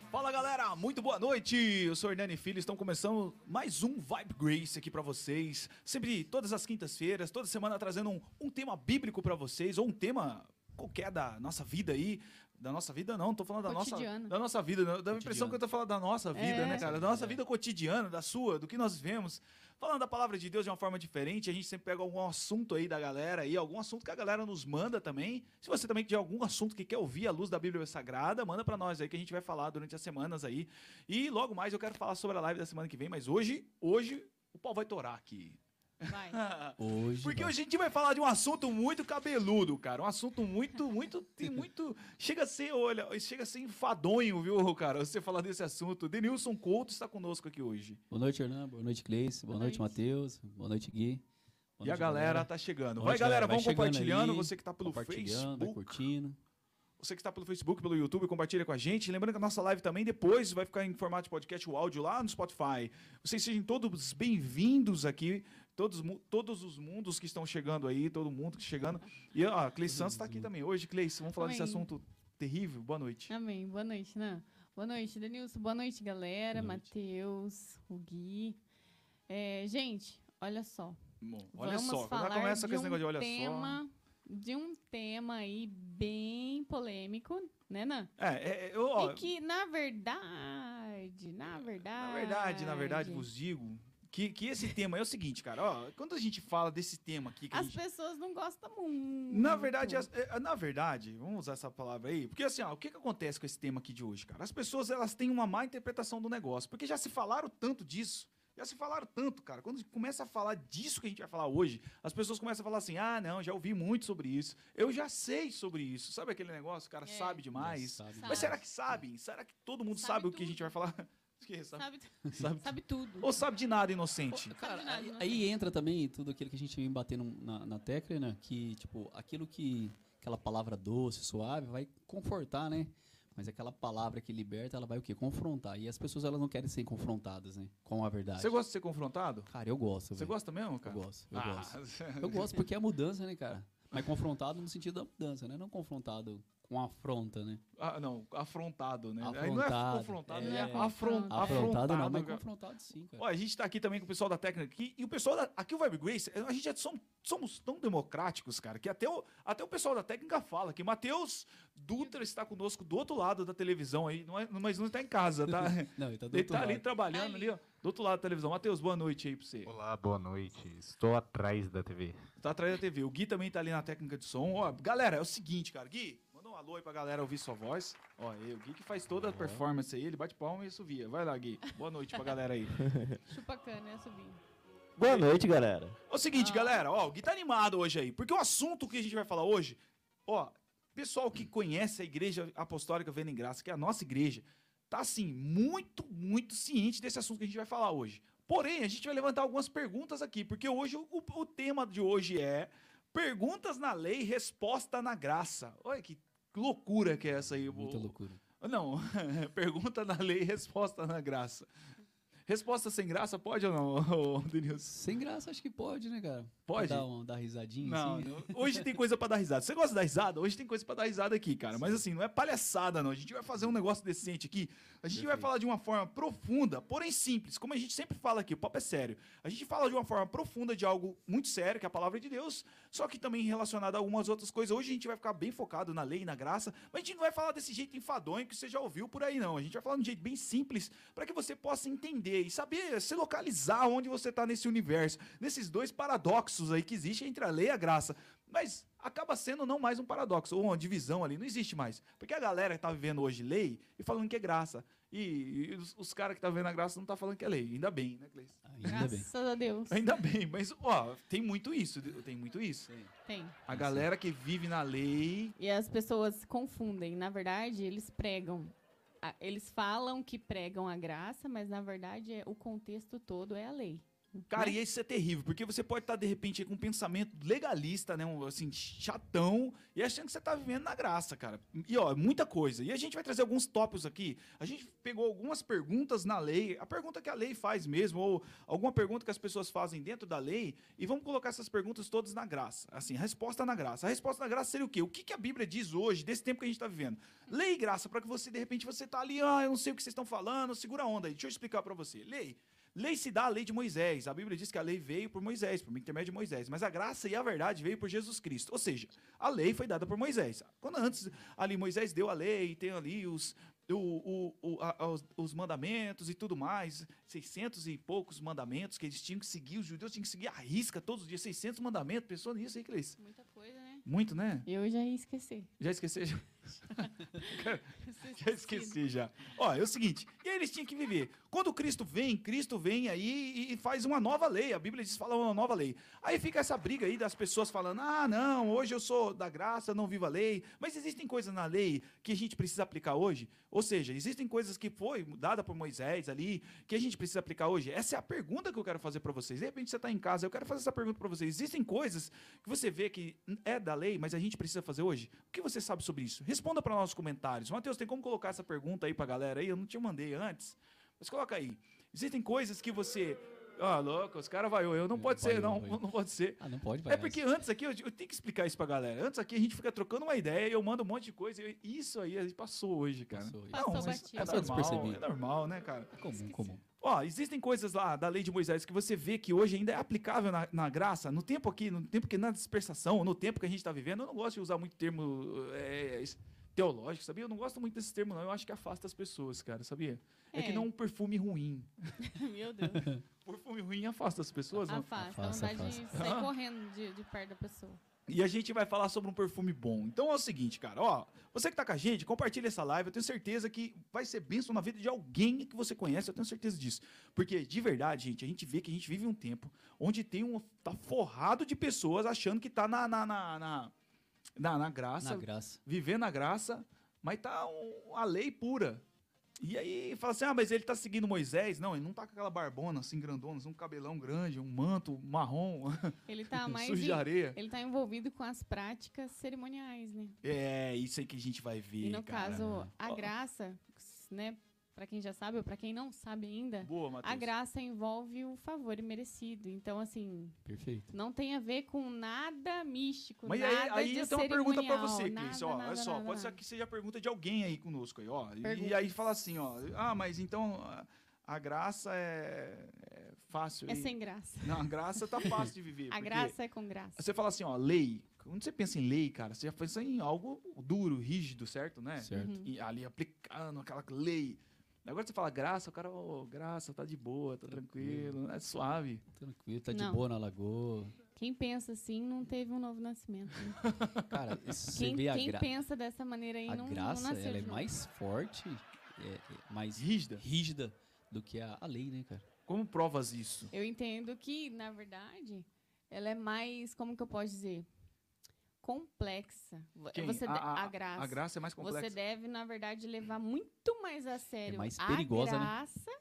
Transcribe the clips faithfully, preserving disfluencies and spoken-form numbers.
Fala galera, muito boa noite, eu sou o Hernani Filho, estão começando mais um Vibe Grace aqui pra vocês, sempre todas as quintas-feiras, toda semana trazendo um, um tema bíblico pra vocês, ou um tema qualquer da nossa vida aí, da nossa vida não, tô falando da nossa, da nossa vida, dá a impressão que eu tô falando da nossa vida, é, né cara, da nossa é. vida cotidiana, da sua, do que nós vivemos, falando da palavra de Deus de uma forma diferente, a gente sempre pega algum assunto aí da galera aí, algum assunto que a galera nos manda também, se você também tiver algum assunto que quer ouvir à luz da Bíblia Sagrada, manda pra nós aí que a gente vai falar durante as semanas aí, e logo mais eu quero falar sobre a live da semana que vem, mas hoje, hoje o pau vai torar aqui. Vai. Hoje Porque vai. hoje a gente vai falar de um assunto muito cabeludo, cara. Um assunto muito, muito, tem muito... Chega a ser, olha, chega a ser enfadonho, viu, cara? Você falar desse assunto. Denilson Couto está conosco aqui hoje. Boa noite, Hernan. Boa noite, Cleice. Boa, Boa noite, noite Matheus. Boa noite, Gui. Boa e noite, a galera, galera tá chegando. Boa vai, noite, galera, vai vamos compartilhando. Aí, você que tá pelo Facebook. Vai curtindo. Você que está pelo Facebook, pelo YouTube, compartilha com a gente. Lembrando que a nossa live também depois vai ficar em formato de podcast, o áudio lá no Spotify. Vocês sejam todos bem-vindos aqui. Todos, todos os mundos que estão chegando aí, todo mundo que chegando. E ó, a Cleice Santos está aqui também hoje. Cleice, vamos falar Amém. desse assunto terrível. Boa noite. Amém. Boa noite, né? Boa noite, Denilson. Boa noite, galera. Matheus, o Gui. É, gente, olha só. Bom, olha vamos só. Falar Quando começa com esse um negócio de olha tema, só. De um tema aí bem polêmico, né, Nan? É, é eu, ó, e que, na verdade, na verdade... Na verdade, na verdade, vos digo... Que, que esse tema é o seguinte, cara, ó, quando a gente fala desse tema aqui... Que as gente... pessoas não gostam muito. Na verdade, as, na verdade, vamos usar essa palavra aí, porque assim, ó, o que, que acontece com esse tema aqui de hoje, cara? As pessoas, elas têm uma má interpretação do negócio, porque já se falaram tanto disso, já se falaram tanto, cara, quando começa a falar disso que a gente vai falar hoje, as pessoas começam a falar assim, ah, não, já ouvi muito sobre isso, eu já sei sobre isso, sabe aquele negócio, o cara é, sabe demais, sabe. Mas será que sabem? Será que todo mundo sabe, sabe o que a gente vai falar? Que, sabe? Sabe, sabe, sabe tudo. Ou sabe de nada, inocente. Cara, nada, aí, inocente. Aí entra também tudo aquilo que a gente vem batendo na, na tecla, né? Que, tipo, aquilo que... Aquela palavra doce, suave, vai confortar, né? Mas aquela palavra que liberta, ela vai o quê? Confrontar. E as pessoas, elas não querem ser confrontadas, né? Com a verdade. Você gosta de ser confrontado? Cara, eu gosto. Você véio. gosta mesmo, cara? Eu gosto, eu ah. gosto. Eu gosto porque é mudança, né, cara? Mas confrontado no sentido da mudança, né? Não confrontado com afronta, né? Ah, não, afrontado, né? Afrontado, Aí não é confrontado, é, é afron, afrontado. Afrontado não, mas confrontado sim, cara. Ó, a gente tá aqui também com o pessoal da técnica aqui, e o pessoal da, aqui o Vibe Grace, a gente é, somos, somos tão democráticos, cara, que até o, até o pessoal da técnica fala que Matheus Dutra está conosco do outro lado da televisão aí, não é, mas não está em casa, tá? Não, ele tá do ele outro tá lado. ali trabalhando ali, ó, do outro lado da televisão. Matheus, boa noite aí pra você. Olá, boa noite. Estou atrás da T V. Tá atrás da T V. O Gui também tá ali na técnica de som. Ó, galera, é o seguinte, cara, Gui, manda um alô aí pra galera ouvir sua voz. Ó, aí, o Gui que faz toda a performance aí, ele bate palma e assovia. Vai lá, Gui. Boa noite pra galera aí. Chupa cana, assovia. Boa noite, galera. É o seguinte, ah. galera, ó, o Gui tá animado hoje aí, porque o assunto que a gente vai falar hoje, ó, pessoal que conhece a Igreja Apostólica Vendo em Graça, que é a nossa igreja, tá assim, muito, muito ciente desse assunto que a gente vai falar hoje. Porém, a gente vai levantar algumas perguntas aqui, porque hoje o, o tema de hoje é perguntas na lei, resposta na graça. Olha que loucura que é essa aí. Muita loucura. Não, pergunta na lei, resposta na graça. Resposta sem graça pode ou não, Denilson? Sem graça acho que pode, né, cara? Pode? Dar, um, dar risadinha não, assim. Não, hoje tem coisa pra dar risada. Você gosta de dar risada? Hoje tem coisa pra dar risada aqui, cara. Mas assim, não é palhaçada, não. A gente vai fazer um negócio decente aqui. A gente Perfeito. vai falar de uma forma profunda, porém simples. Como a gente sempre fala aqui, o papo é sério. A gente fala de uma forma profunda de algo muito sério, que é a palavra de Deus, só que também relacionado a algumas outras coisas. Hoje a gente vai ficar bem focado na lei e na graça, mas a gente não vai falar desse jeito enfadonho que você já ouviu por aí, não. A gente vai falar de um jeito bem simples para que você possa entender e saber se localizar onde você está nesse universo, nesses dois paradoxos aí que existem entre a lei e a graça. Mas acaba sendo não mais um paradoxo, ou uma divisão ali, não existe mais. Porque a galera que tá vivendo hoje lei e falando que é graça. E, e os, os caras que tá vivendo a graça não tá falando que é lei. Ainda bem, né, Cleice? Ainda Graças bem. a Deus. Ainda bem, mas, ó, tem muito isso, tem muito isso. Tem. A galera que vive na lei... E as pessoas confundem. Na verdade, eles pregam. Eles falam que pregam a graça, mas, na verdade, o contexto todo é a lei. Cara, né? e isso é terrível, porque você pode estar, de repente, com um pensamento legalista, né? Um, assim, chatão, e achando que você está vivendo na graça, cara. E, ó, muita coisa. E a gente vai trazer alguns tópicos aqui. A gente pegou algumas perguntas na lei, a pergunta que a lei faz mesmo, ou alguma pergunta que as pessoas fazem dentro da lei, e vamos colocar essas perguntas todas na graça. Assim, a resposta na graça. A resposta na graça seria o quê? O que, que a Bíblia diz hoje, desse tempo que a gente está vivendo? Lei e graça, para que você, de repente, você tá ali, ah, eu não sei o que vocês estão falando, segura a onda aí. Deixa eu explicar para você. Lei. Lei se dá a lei de Moisés. A Bíblia diz que a lei veio por Moisés, por intermédio de Moisés. Mas a graça e a verdade veio por Jesus Cristo. Ou seja, a lei foi dada por Moisés. Quando antes ali Moisés deu a lei, tem ali os, o, o, o, a, os, os mandamentos e tudo mais, seiscentos e poucos mandamentos que eles tinham que seguir, os judeus tinham que seguir à risca todos os dias, seiscentos mandamentos. Pensou nisso aí, Cleice? Muita coisa, né? Muito, né? Eu já ia esquecer. Já esqueci? Já, já esqueci já. Ó, é o seguinte, e aí eles tinham que viver. Quando Cristo vem, Cristo vem aí e faz uma nova lei. A Bíblia diz, fala uma nova lei. Aí fica essa briga aí das pessoas falando, ah, não, hoje eu sou da graça, não vivo a lei. Mas existem coisas na lei que a gente precisa aplicar hoje? Ou seja, existem coisas que foi dada por Moisés ali, que a gente precisa aplicar hoje? Essa é a pergunta que eu quero fazer para vocês. De repente você está em casa, eu quero fazer essa pergunta para vocês. Existem coisas que você vê que é da lei, mas a gente precisa fazer hoje? O que você sabe sobre isso? Responda para nossos comentários. Matheus, tem como colocar essa pergunta aí para a galera aí? Eu não te mandei antes. Mas coloca aí. Existem coisas que você... Ah, louco, os caras vai, eu não É, pode vai, ser, não, vai. não pode ser. Ah, não pode, vai. É porque antes aqui, eu, eu tenho que explicar isso pra galera. Antes aqui a gente fica trocando uma ideia, eu mando um monte de coisa, e isso aí a gente passou hoje, cara. Passou hoje. Passou mas batido. é Passou normal, despercebido. é normal, né, cara? É comum, comum. Ó, existem coisas lá da lei de Moisés que você vê que hoje ainda é aplicável na, na graça, no tempo aqui, no tempo que na dispersação, no tempo que a gente está vivendo. Eu não gosto de usar muito termo é, teológico, sabia? Eu não gosto muito desse termo, não. Eu acho que afasta as pessoas, cara, sabia? É, É. que não um perfume ruim. Meu Deus. Perfume ruim afasta as pessoas, não? Afasta, dá Afasta, vontade de afasta. sair Ah. correndo de, de perto da pessoa. E a gente vai falar sobre um perfume bom. Então é o seguinte, cara, ó, você que tá com a gente, compartilha essa live, eu tenho certeza que vai ser bênção na vida de alguém que você conhece, eu tenho certeza disso. Porque, de verdade, gente, a gente vê que a gente vive um tempo onde tem um, tá forrado de pessoas achando que tá na, na, na, na, na, na graça, Na graça. vivendo a graça, mas tá um, a lei pura. E aí fala assim, ah, mas ele tá seguindo Moisés. Não, ele não tá com aquela barbona assim, grandona, assim, um cabelão grande, um manto marrom, Ele tá mais sujo de em- areia. ele tá envolvido com as práticas cerimoniais, né? É, isso aí que a gente vai ver, E no cara. caso, a Ó. graça, né, para quem já sabe ou para quem não sabe ainda, Boa, Matheus. a graça envolve o favor imerecido. Então, assim, Perfeito. não tem a ver com nada místico, Mas aí, nada aí de eu tenho uma pergunta pra cerimonial, você, nada, Cris. Ó, nada, olha só, nada, pode ser nada. que seja a pergunta de alguém aí conosco aí, ó. E, e Perguntas. aí fala assim, ó. Ah, mas então a, a graça é, é fácil. É aí. sem graça. Não, a graça tá fácil de viver. A porque graça é com graça. Você fala assim, ó, lei. Quando você pensa em lei, cara, você já pensa em algo duro, rígido, certo, né? Certo. Uhum. E ali aplicando aquela lei. Agora você fala graça, o cara, ô, graça, tá de boa, tá tranquilo, é suave. Tranquilo, tá de Não. boa na lagoa. Quem pensa assim não teve um novo nascimento. né? Cara, você Quem, vê a, quem gra pensa dessa maneira aí a não, graça, não nasceu ela é de novo. mais forte, é, é mais Rígida. rígida do que a, a lei, né, cara? Como provas isso? Eu entendo que, na verdade, ela é mais, como que eu posso dizer? Complexa. Quem? Você de- a, a, a graça. A graça é mais complexa. Você deve, na verdade, levar muito mais a sério mais perigosa, a né? graça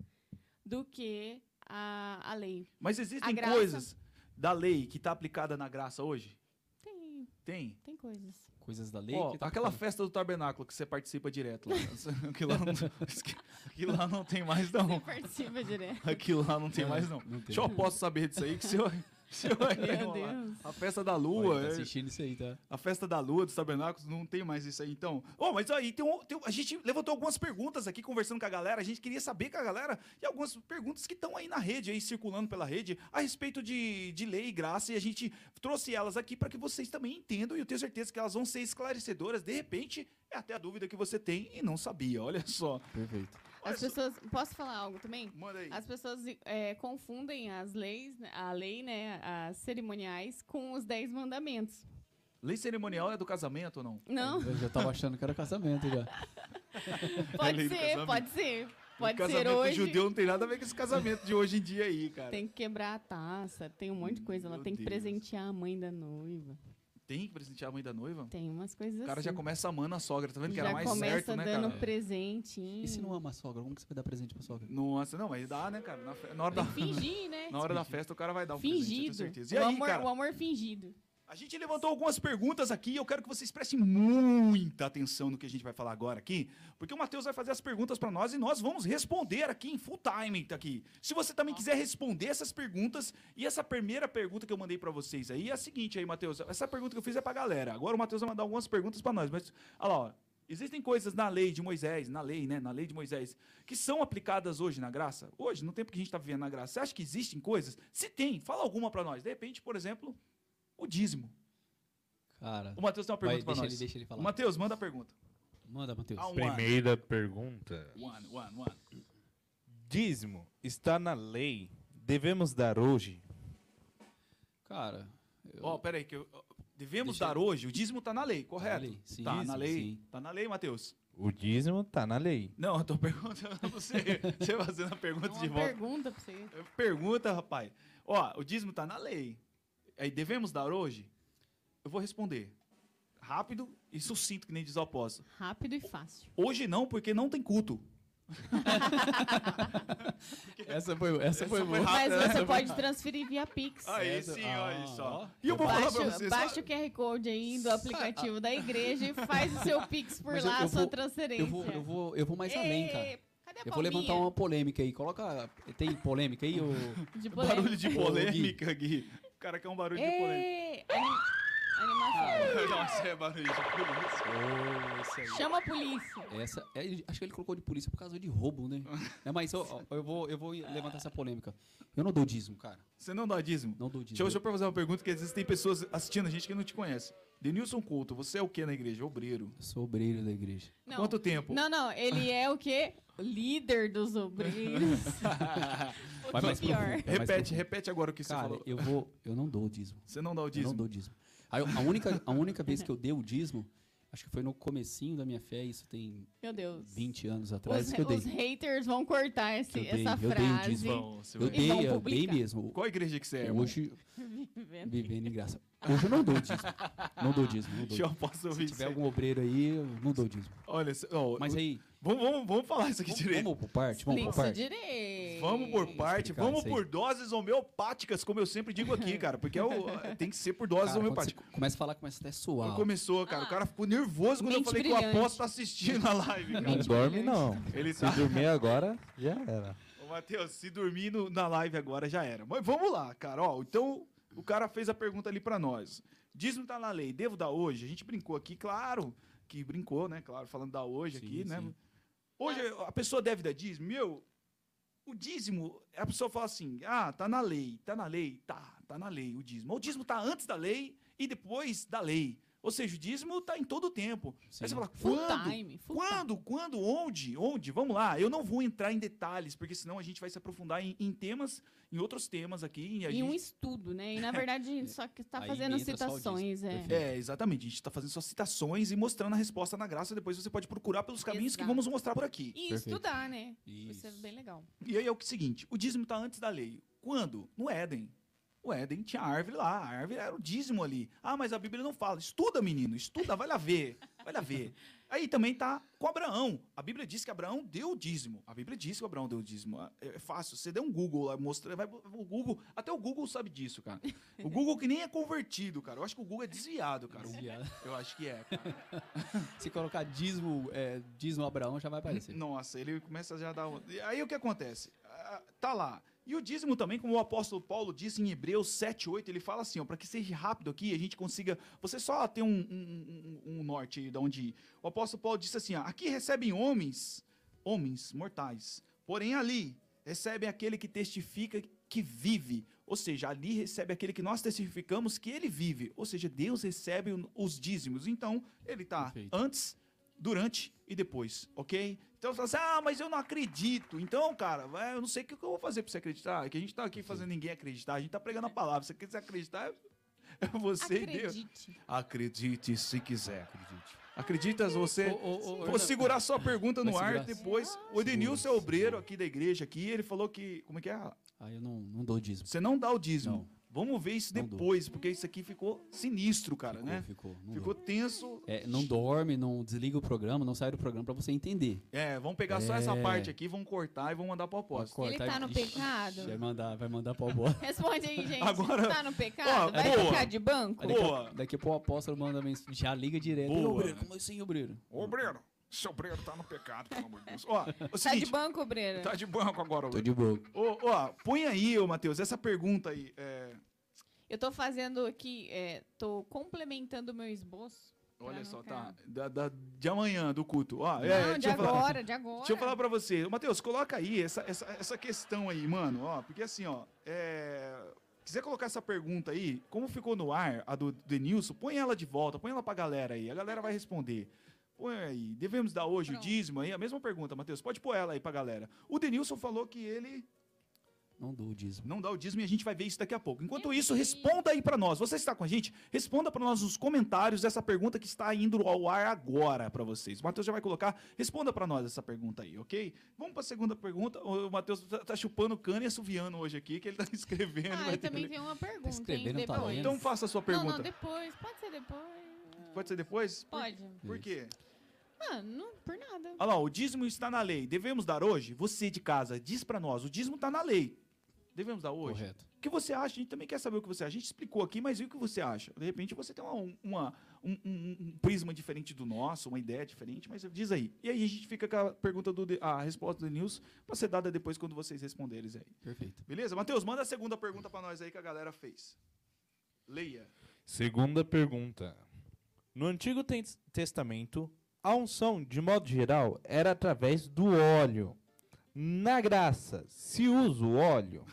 do que a, a lei. Mas existem A graça- coisas da lei que tá aplicada na graça hoje? Tem, Tem. tem coisas. Coisas da lei. Ó, que tá aquela falando. festa do tabernáculo que você participa direto lá. Aquilo lá não, aquilo lá não tem mais, não. Você participa direto. Aquilo lá não tem mais, não. Não tem. Só posso saber disso aí que se eu, se eu Meu Deus. A festa da Olha, lua, tá é- assistindo isso aí, tá? a festa da lua, dos tabernáculos, não tem mais isso aí, então. Ó, mas aí tem, um- tem um- a gente levantou algumas perguntas aqui, conversando com a galera. A gente queria saber com a galera e algumas perguntas que estão aí na rede, aí circulando pela rede, a respeito de, de lei e graça. E a gente trouxe elas aqui para que vocês também entendam. E eu tenho certeza que elas vão ser esclarecedoras. De repente, é até a dúvida que você tem e não sabia. Olha só. Perfeito. Olha As só. pessoas. Posso falar algo também? Manda aí. As pessoas é, confundem as leis, né, a lei, né, as cerimoniais, com os dez mandamentos. Lei cerimonial é do casamento ou não? Não? Eu já tava achando que era casamento já. Pode lei do ser, casamento. pode ser. Pode o casamento ser hoje. judeu não tem nada a ver com esse casamento de hoje em dia aí, cara. Tem que quebrar a taça, tem um monte de coisa. Ela Meu tem que Deus. presentear a mãe da noiva. Tem que presentear a mãe da noiva? Tem umas coisas O cara assim. já começa amando a sogra, tá vendo que Já era mais começa certo, né, dando cara? presentinho. E se não ama a sogra, como que você vai dar presente pra sogra? Nossa, não, mas dá, né, cara? Na, fe- na hora da, Tem que fingir, né? na hora da festa o cara vai dar um presente, eu tenho Fingido. certeza. E o, aí, amor, cara? o amor fingido. A gente levantou algumas perguntas aqui e eu quero que vocês prestem muita atenção no que a gente vai falar agora aqui, porque o Matheus vai fazer as perguntas para nós e nós vamos responder aqui em full time tá aqui. Se você também quiser responder essas perguntas, e essa primeira pergunta que eu mandei para vocês aí é a seguinte aí, Matheus, essa pergunta que eu fiz é pra galera. Agora o Matheus vai mandar algumas perguntas para nós, mas olha lá, ó. Existem coisas na lei de Moisés, na lei, né, na lei de Moisés, que são aplicadas hoje na graça? Hoje, no tempo que a gente está vivendo na graça, você acha que existem coisas? Se tem, fala alguma para nós. De repente, por exemplo, o dízimo. Cara, O Matheus tem uma vai, pergunta para deixa nós. ele, deixa ele falar. Matheus, manda a pergunta. Manda, Matheus. Ah, um Primeira pergunta. One, one, one. Dízimo está na lei. Devemos dar hoje? Cara, eu- Ó, peraí, que eu, devemos Deixa dar hoje, o dízimo tá na lei, correto? lei, sim. tá na Dízimo, lei, sim. tá na lei, Matheus? O dízimo está na lei. Não, eu tô perguntando pra você, você fazendo a É pergunta de uma volta. pergunta pra você. Pergunta, rapaz. Ó, o dízimo tá na lei. Aí, devemos dar hoje? Eu vou responder. Rápido e sucinto, que nem diz o apóstolo. Rápido e fácil. Hoje não, porque não tem culto. Essa foi, essa foi foi boa. rápido. Mas você pode transferir via Pix. Aí Essa- sim, ah, olha só. ó. E eu vou falar Baixa, pra vocês. baixa o Q R Code aí do aplicativo da igreja e faz o seu Pix por Mas eu- lá, eu a sua vou- transferência. Eu vou, eu vou, eu vou mais além, cara. Ê, Cadê a Eu vou levantar palminha uma polêmica aí. Coloca. Tem polêmica aí? Ou... de Barulho de Ô, Gui. polêmica, Gui. O cara quer um barulho de polêmica. Ê, anim- Animação. Nossa, é barulho de polêmica. Chama a polícia. Essa, é, acho que ele colocou de polícia por causa de roubo, né? É, mas ó, ó, eu, vou, eu vou levantar essa polêmica. Eu não dou dízimo, cara. Você não dá dízimo? Não dou Deixa eu, dízimo. deixa eu fazer uma pergunta, que existem pessoas assistindo a gente que não te conhece. Denilson Couto, você é o que na igreja? Obreiro. Eu sou obreiro da igreja. Não. Quanto tempo? Não, não, ele é o quê? O líder dos obreiros. O Vai que mais pior. profundo. Vai mais Repete, profundo. repete agora o que você Cara, falou. eu vou. Eu não dou dízimo. Você não dá o Eu dízimo? não dou dízimo. Aí, a, única, a única vez que eu dei o dízimo, acho que foi no comecinho da minha fé, isso tem Meu Deus. vinte anos atrás Os, que eu dei. os haters vão cortar esse, Eu dei, essa eu dei o frase. dízimo. Bom, você Eu vai- E dei, vão eu dei publicar. mesmo. Qual igreja que você é, irmão? Hoje, Vivendo. vivendo em graça. Hoje eu não dou dízimo. Não dou dízimo. Não dou Deixa eu dízimo. posso Se ouvir tiver isso aí. algum obreiro aí, eu não dou dízimo. Olha, cê- ó, Mas aí, vamos, vamos, vamos falar isso aqui vamos, direito. vamos por parte, vamos por Fluxo parte. direito. Vamos por parte, explicar vamos isso aí. por doses homeopáticas, como eu sempre digo aqui, cara, porque é o- tem que ser por doses Cara, quando homeopáticas. você começa a falar, começa até a suar. Começou, cara. O cara ficou nervoso quando eu Mente falei que o brilhante. apóstolo tá assistindo a live. cara. Não Mente dorme, brilhante. não. Ele Se tá. dormir agora, já era. Ô, Matheus, se dormir no- na live agora já era. Mas vamos lá, cara. Ó, então, o cara fez a pergunta ali pra nós. Dízimo tá na lei, devo dar hoje? A gente brincou aqui, claro que brincou, né? Claro, falando da hoje Sim, aqui, né? sim. Hoje a pessoa deve dar dízimo? Meu, o dízimo, a pessoa fala assim, ah, tá na lei, tá na lei, tá, tá na lei o dízimo. O dízimo tá antes da lei e depois da lei. Ou seja, o dízimo tá em todo o tempo. Sim. Aí você fala, Full quando? time. Full Quando, quando, onde, onde? Vamos lá, eu não vou entrar em detalhes, porque senão a gente vai se aprofundar em, em temas, em outros temas aqui. E a Em um gente... estudo, né? E na verdade a gente só que tá Aí fazendo entra só o citações, é. Perfeito. É, exatamente. A gente está fazendo só citações e mostrando a resposta na graça. Depois você pode procurar pelos caminhos que Exato. vamos mostrar por aqui. E Perfeito. estudar, né? Isso. Isso é bem legal. E aí é o que- seguinte: o dízimo está antes da lei. Quando? No Éden. O Éden tinha a árvore lá, a árvore era o dízimo ali. Ah, mas a Bíblia não fala. Estuda, menino, estuda, vai lá ver, vai lá ver. Aí também tá com Abraão. A Bíblia diz que Abraão deu o dízimo. A Bíblia diz que Abraão deu o dízimo. É fácil, você deu um Google lá, mostra, vai, o Google, até o Google sabe disso, cara. O Google que nem é convertido, cara. Eu acho que o Google é desviado, cara. Desviado. Eu acho que é, cara. Se colocar dízimo, é, dízimo Abraão, já vai aparecer. Nossa, ele começa já a dar. um- Aí o que acontece? Ah, tá lá. E o dízimo também, como o apóstolo Paulo disse em Hebreus sete, oito, ele fala assim, para que seja rápido aqui, a gente consiga. Você só tem um, um, um- um norte aí de onde ir. O apóstolo Paulo disse assim: ó, aqui recebem homens, homens mortais, porém ali recebem aquele que testifica que vive. Ou seja, ali recebe aquele que nós testificamos que ele vive. Ou seja, Deus recebe o- os dízimos. Então, ele está Perfeito. antes, durante e depois, ok? Então você fala assim, ah, mas eu não acredito. Então, cara, vai, eu não sei o que eu vou fazer pra você acreditar. É que a gente tá aqui fazendo ninguém acreditar. A gente tá pregando a palavra. Se você quiser acreditar, é você e Deus. Acredite. Acredite se quiser. Acredite. Acredita você? Ô, ô, ô, Vou Hernan- segurar sua pergunta no Vai ar segurar? depois. O Edenilson é Segura, obreiro segura. aqui da igreja aqui. Ele falou que, como é que é? Ah, eu não, não dou dízimo. Você não dá o dízimo. Não. Vamos ver isso Não dou. depois, porque isso aqui ficou sinistro, cara, Ficou, né? ficou. Não, Ficou deu. tenso. É, não dorme, não desliga o programa, não sai do programa pra você entender. É, vamos pegar só essa É. parte aqui, vamos cortar e vamos mandar pro apóstolo. Pode Ele cortar tá e- no Ixi, pecado? Vai mandar, vai mandar pro apóstolo. Responde aí, gente. Agora- Tá no pecado? Ó, Vai boa. ficar de banco? Daqui, Boa. a, daqui a pouco o apóstolo manda mensagem, já liga direto. Boa. Ô, obreiro, como assim, obreiro? Ô, Breno, seu Breno tá no pecado, pelo amor de Deus. Ó, o Tá de seguinte, banco, Obreiro? tá de banco agora. Tô de boa. Ô, ó, põe aí, ô, Matheus, essa pergunta aí. É... Eu tô fazendo aqui, é, tô complementando o meu esboço. pra Olha não só, ficar- tá. Da, da- de amanhã, do culto. Ó, Não, é, de deixa eu falar- agora, de agora. Deixa eu falar pra você. Ô, Matheus, coloca aí essa, essa, essa questão aí, mano. Ó, porque assim, ó. É... Quiser colocar essa pergunta aí, como ficou no ar, a do Denilson, põe ela de volta, põe ela pra galera aí. A galera vai responder. Põe aí. Devemos dar hoje Pronto. o dízimo aí? A mesma pergunta, Matheus. Pode pôr ela aí pra galera. O Denilson falou que ele Não dou o dízimo. não dá o dízimo e a gente vai ver isso daqui a pouco. Enquanto Eu isso, vi. responda aí pra nós. Você está com a gente? Responda pra nós nos comentários essa pergunta que está indo ao ar agora pra vocês. O Matheus já vai colocar. Responda pra nós essa pergunta aí, ok? Vamos pra segunda pergunta. O Matheus tá, tá chupando cana e assoviando hoje aqui, que ele tá escrevendo. Ah, vai e ter também que ler. tem uma pergunta, hein, escrevendo, não tá depois. lendo. Então faça a sua Não, pergunta. não, depois. Pode ser depois. Pode ser depois? Por- Pode. Por quê? Ah, não, por nada. Olha lá, o dízimo está na lei. Devemos dar hoje? Você de casa, diz pra nós. O dízimo tá na lei. Devemos dar hoje? Correto. O que você acha? A gente também quer saber o que você acha. A gente explicou aqui, mas e o que você acha? De repente você tem uma, uma- um, um- um prisma diferente do nosso, uma ideia diferente, mas diz aí. E aí a gente fica com a pergunta do, De- a resposta do Denilson para ser dada depois quando vocês responderem aí. Perfeito. Beleza? Matheus, manda a segunda pergunta para nós aí que a galera fez. Leia. Segunda pergunta. No Antigo Ten- Testamento, a unção, de modo geral, era através do óleo. Na graça, se usa o óleo?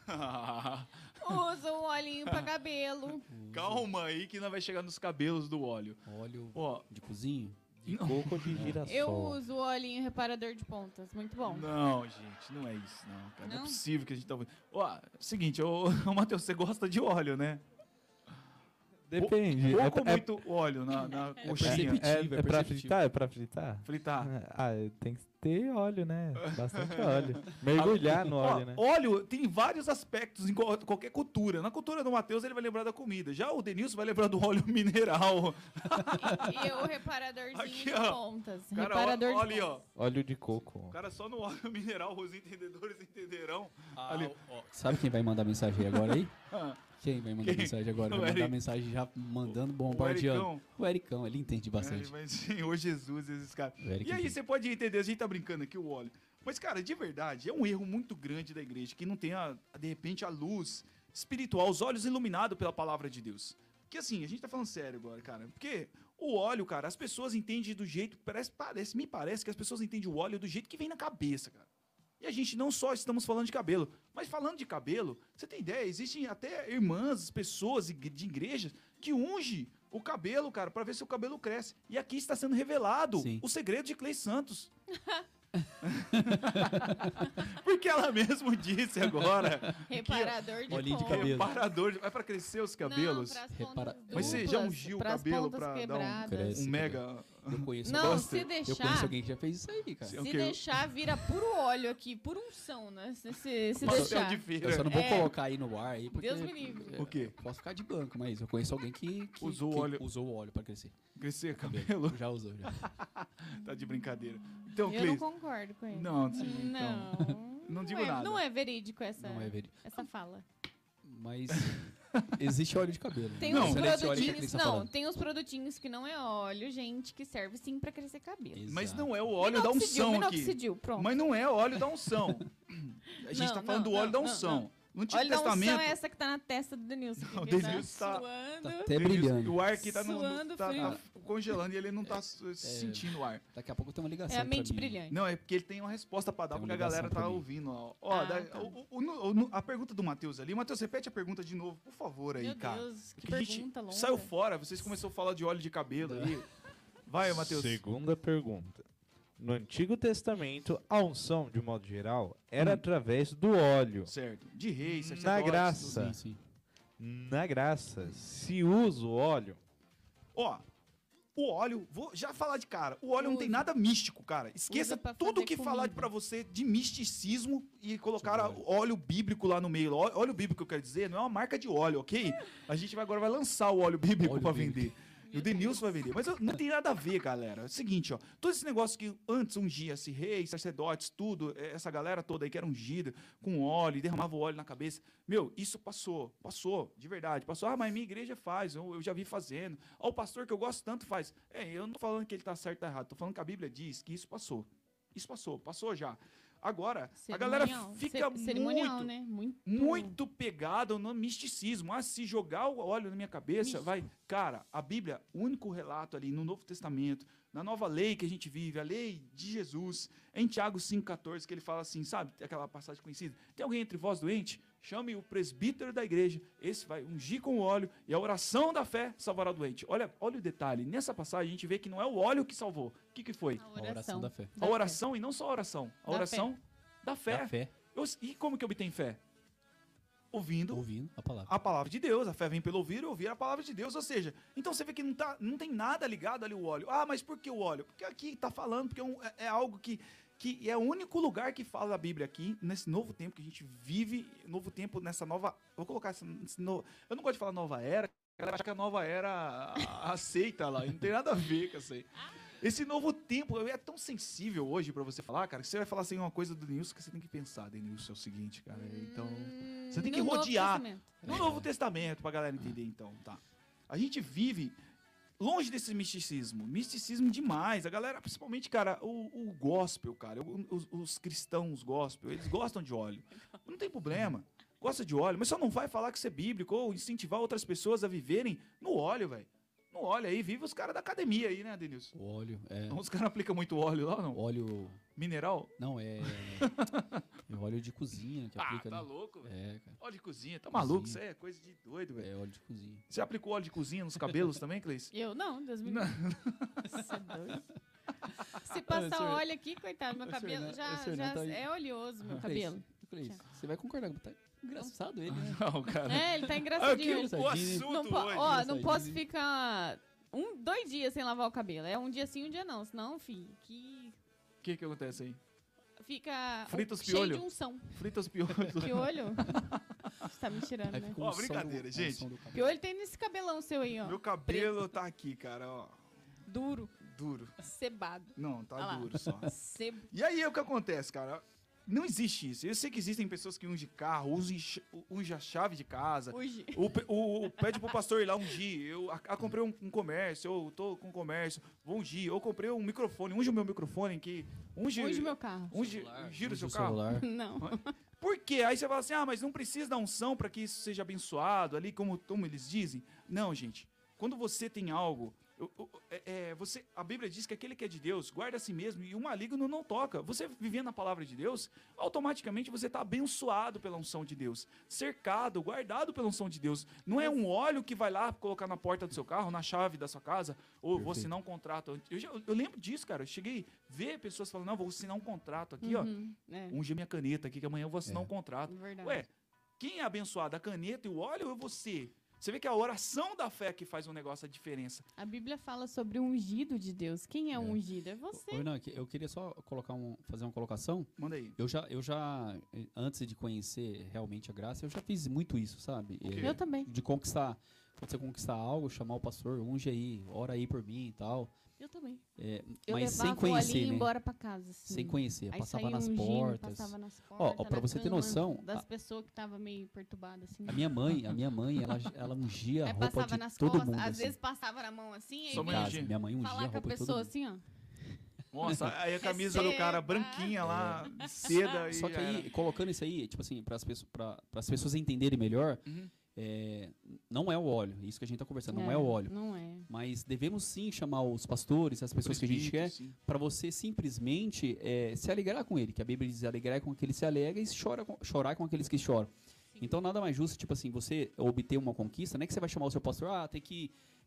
Usa um olhinho pra cabelo. Calma aí que nós vai chegar nos cabelos do óleo. Óleo Ó, de cozinho. De coco ou de girassol? Eu uso o olhinho reparador de pontas. Muito bom. não, gente, não é isso, não, cara. Não, é Não? possível que a gente tá ouvindo. Ó, seguinte, ô, ô Matheus, você gosta de óleo, né? Depende. Pouco é, ou muito óleo na, na É coxinha. perceptível. é, é, é pra perceptível. fritar? É pra fritar? Fritar. Ah, tem que ter óleo, né? Bastante óleo. Mergulhar no Ó, óleo, né? óleo tem vários aspectos em qual- qualquer cultura. Na cultura do Matheus, ele vai lembrar da comida. Já o Denilson vai lembrar do óleo mineral. E o reparadorzinho Aqui, de ó. pontas. Cara, Reparador ó, de ali, ó. pontas. Óleo de coco. O cara só no óleo mineral, os entendedores entenderão. Ali. Sabe quem vai mandar mensagem agora aí? Ah, Quem vai mandar Quem? mensagem agora? O Vai mandar Eric. mensagem já mandando, o bombardeando. Ericão. O Ericão, ele entende bastante. É, mas, Senhor Jesus, esses caras. O Eric E aí entende. você pode entender, a gente tá brincando aqui, o óleo. Mas, cara, de verdade, é um erro muito grande da igreja, que não tem, a, de repente, a luz espiritual, os olhos iluminados pela palavra de Deus. Porque, assim, a gente tá falando sério agora, cara. Porque o óleo, cara, as pessoas entendem do jeito, parece, parece, me parece que as pessoas entendem o óleo do jeito que vem na cabeça, cara. E a gente não só estamos falando de cabelo, mas falando de cabelo, você tem ideia, existem até irmãs, pessoas ig- de igrejas que ungem o cabelo, cara, para ver se o cabelo cresce. E aqui está sendo revelado Sim. o segredo de Clay Santos. Porque ela mesmo disse agora, Reparador de Olhinho de pontas. cabelo. reparador, de- vai para crescer os cabelos. Não, pras Repara- pontas Mas você já duplas, ungiu o pras cabelo pontas pra dar um- quebradas. Cresce. um mega... Eu conheço, Não, Buster. se eu conheço deixar, alguém que já fez isso aí, cara. Se- se Ok. deixar, vira puro óleo aqui, pura unção, né? Se, se, se Pastel deixar. de feira. Eu só não vou É. colocar aí no ar aí, porque... Deus me livre. é, O quê? eu Posso ficar de banco, mas eu conheço alguém que, que Usou que óleo. usou o óleo pra crescer. Crescer cabelo. Já usou, já. Tá de brincadeira. Então, Eu não Cleis, concordo com ele. não, sim, então. Não. Não digo é, nada. Não é verídico essa, Não é verídico. essa fala. Mas existe óleo de cabelo. Tem Não. uns Excelente óleo que a Cris produtinhos. tá Não, falando. tem uns produtinhos que não é óleo, gente, que serve sim pra crescer cabelo. Exato. Mas não é o óleo da Minoxidil, unção aqui. minoxidil, pronto. Mas não é óleo da unção. A gente Não, tá falando não, do óleo não, da não, unção. No Antigo Olha a unção Testamento. é essa que tá na testa do Denilson. Não, que o ele tá Denilson tá- suando. Tá até Denilson, brilhando. O ar aqui tá, no, no- Suando tá, frio. tá congelando e ele não tá su- sentindo o ar. Daqui a pouco tem uma ligação É a pra mente mim. brilhante. Não, é porque ele tem uma resposta pra dar, Tem uma porque a galera ligação tá pra mim. ouvindo. Ó, Ó, Ah, da- tá. o- o- no- no- a pergunta do Matheus ali. Matheus, repete a pergunta de novo, por favor, aí, Meu cara. Deus, que Porque a gente pergunta longa. saiu fora, vocês começaram a falar de óleo de cabelo aí. Vai, Matheus. Segunda pergunta. No Antigo Testamento, a unção, de modo geral, era Hum. através do óleo. Certo. De reis, Na sacerdotes, graça. tudo. Sim, sim. Na graça, se usa o óleo? Ó, O óleo, vou já falar de cara, o óleo não tem Usa. nada místico, cara. Esqueça Usa pra tudo fazer que falar comida. pra você de misticismo e colocar Sobre óleo bíblico lá no meio. Ó- Óleo bíblico, eu quero dizer, não é uma marca de óleo, ok? A gente vai, agora vai lançar o óleo bíblico Óleo pra bíblico. vender. E o Denilson vai vender. Mas eu- não tem nada a ver, galera. É o seguinte, ó. Todo esse negócio que antes ungia-se reis, sacerdotes, tudo, eh, essa galera toda aí que era ungida com óleo, e derramava o óleo na cabeça. Meu, isso passou. Passou, de verdade. Passou. Ah, mas minha igreja faz. Eu, eu já vi fazendo. Ó, o pastor que eu gosto tanto faz. É, eu não tô falando que ele tá certo ou errado. Tô falando que a Bíblia diz que isso passou. Isso passou. Passou já. Agora, a galera Cerimonial. fica Ce- cerimonial, muito né? Muito. muito pegado no misticismo. Ah, se jogar o óleo na minha cabeça, Místico. vai. Cara, a Bíblia, o único relato ali no Novo Testamento, na nova lei que a gente vive, a lei de Jesus, é em Tiago cinco, catorze, que ele fala assim, sabe? Aquela passagem conhecida. Tem alguém entre vós doente? Chame o presbítero da igreja. Esse vai ungir com o óleo e a oração da fé salvará o doente. Olha, olha o detalhe. Nessa passagem a gente vê que não é o óleo que salvou. O que, que foi? A A oração oração. da fé. A oração e não só a oração. A Da oração da fé. Da fé, Eu- e como que obtém fé? Ouvindo ouvindo a palavra. a palavra de Deus. A fé vem pelo ouvir e ouvir a palavra de Deus. Ou seja, então você vê que não, tá, não tem nada ligado ali o óleo. Ah, mas por que o óleo? Porque aqui está falando, porque é, um- é- é algo que, que é o único lugar que fala a Bíblia aqui, nesse novo tempo que a gente vive, novo tempo, nessa nova... Vou colocar essa... esse no- eu não gosto de falar nova era, a galera acha que a nova era a- aceita lá, e não tem nada a ver com isso aí. Esse novo tempo é tão sensível hoje pra você falar, cara, que você vai falar assim uma coisa do Denilson que você tem que pensar, Denilson, é o seguinte, cara, então... Hum, você tem que no Novo rodear. Testamento. No Novo Testamento, pra galera entender, então, tá. A gente vive longe desse misticismo. Misticismo demais. A galera, principalmente, cara, o, o gospel, cara, o- os, os cristãos gospel, eles gostam de óleo. Não tem problema. Gosta de óleo, mas só não vai falar que isso é bíblico ou incentivar outras pessoas a viverem no óleo, velho. No óleo aí, vive os caras da academia aí, né, Denilson? O óleo, é. Os caras aplicam muito óleo lá, não? Óleo. Mineral? Não, é. É óleo de cozinha que Ah, aplica, tá né? louco, velho. É, cara. Óleo de cozinha, tá Cozinha. maluco? Isso aí é coisa de doido, velho. É óleo de cozinha. Você aplicou óleo de cozinha nos cabelos também, Cleice? Eu não, Deus me Não. livre. Você é doido? Se passar senhor- óleo aqui, coitado, meu o cabelo senhor- já, o senhor já não tá aí. é oleoso, meu Eu falei, cabelo. eu falei, você vai concordar, tá engraçado ele, né? Não, cara. É, ele tá Aqui, engraçadinho. o Engraçadinho. assunto Não, po- hoje. ó, não engraçadinho. posso ficar um, dois dias sem lavar o cabelo. É um dia sim, um dia não. Senão, filho, que O que que acontece aí? fica Frita os cheio piolho? de unção. Frita os piolhos. Piolho? Você tá me tirando, Aí né? fica Ó, um som brincadeira, do- um gente. som do cabelo. Piolho tem nesse cabelão seu aí, ó. Meu cabelo tá aqui, cara, ó. Duro, Duro. cebado. Não, tá Olha lá. duro só. Sebo. E aí, o que acontece, cara? Não existe isso. Eu sei que existem pessoas que ungem carro, usam, ch- ungem a chave de casa. Hoje. O, pe- o, o- pede pro pastor ir lá ungir. Eu a, a comprei um, um comércio, eu tô com comércio, vou ungir. Eu comprei um microfone, unge o meu microfone que unge, Hoje meu carro. unge, Celular, gira o usa seu carro. celular. Não. Por quê? Aí você fala assim, ah, mas não precisa da unção para que isso seja abençoado ali, como, como eles dizem. Não, gente. Quando você tem algo, eu- eu- é- é, você, a Bíblia diz que aquele que é de Deus guarda a si mesmo e o maligno não toca. Você vivendo a palavra de Deus, automaticamente você está abençoado pela unção de Deus, cercado, guardado pela unção de Deus. Não é um óleo que vai lá colocar na porta do seu carro, na chave da sua casa, ou vou Perfeito. assinar um contrato. Eu, já- eu lembro disso, cara. Eu cheguei a ver pessoas falando, não, vou assinar um contrato aqui, ó. Uhum, é, Unge minha caneta aqui, que amanhã eu vou assinar É. um contrato. verdade. Ué, quem é abençoado? A caneta e o óleo ou você? Você vê que é a oração da fé que faz um negócio, a diferença. A Bíblia fala sobre o ungido de Deus. Quem é o É. ungido? É você. Ô, não, eu queria só colocar um, fazer uma colocação. Manda aí. Eu já, eu já, eh, antes de conhecer realmente a graça, eu já fiz muito isso, sabe? quê? Eh, Eu também. De conquistar, quando você conquistar algo, chamar o pastor, unge aí, ora aí por mim e tal. Eu também. Eh, Eu mas sem levava o conhecer, olhinho né? embora pra casa. Assim. Sem conhecer, Aí passava saía nas ungindo, portas. Passava nas Ó, portas. ó, pra na você ter cama noção, Das a- pessoas que estavam meio perturbadas, assim. A minha mãe, a minha mãe, ela, ela ungia a Aí roupa passava de nas todo costas, mundo. às assim, vezes passava na mão assim, aí Sua em mãe vinha casa. ungia? Minha mãe ungia a falar com a roupa de todo pessoa mundo. assim, ó. Nossa, aí a camisa do cara Receba. branquinha lá, de seda. Só e que já aí, era. colocando isso aí, tipo assim, para as pessoas, pra, as pessoas entenderem melhor, Uhum. é, não é o óleo, isso que a gente tá conversando, não é, É, o óleo. Não é. Mas devemos sim chamar os pastores, as pessoas que a gente quer, Presbítero, sim. para você simplesmente é, se alegrar com ele, que a Bíblia diz alegrar com aquele que se alegra e chora com, chorar com aqueles que choram. Então nada mais justo, tipo assim, você obter uma conquista, não é que você vai chamar o seu pastor, ah, tem que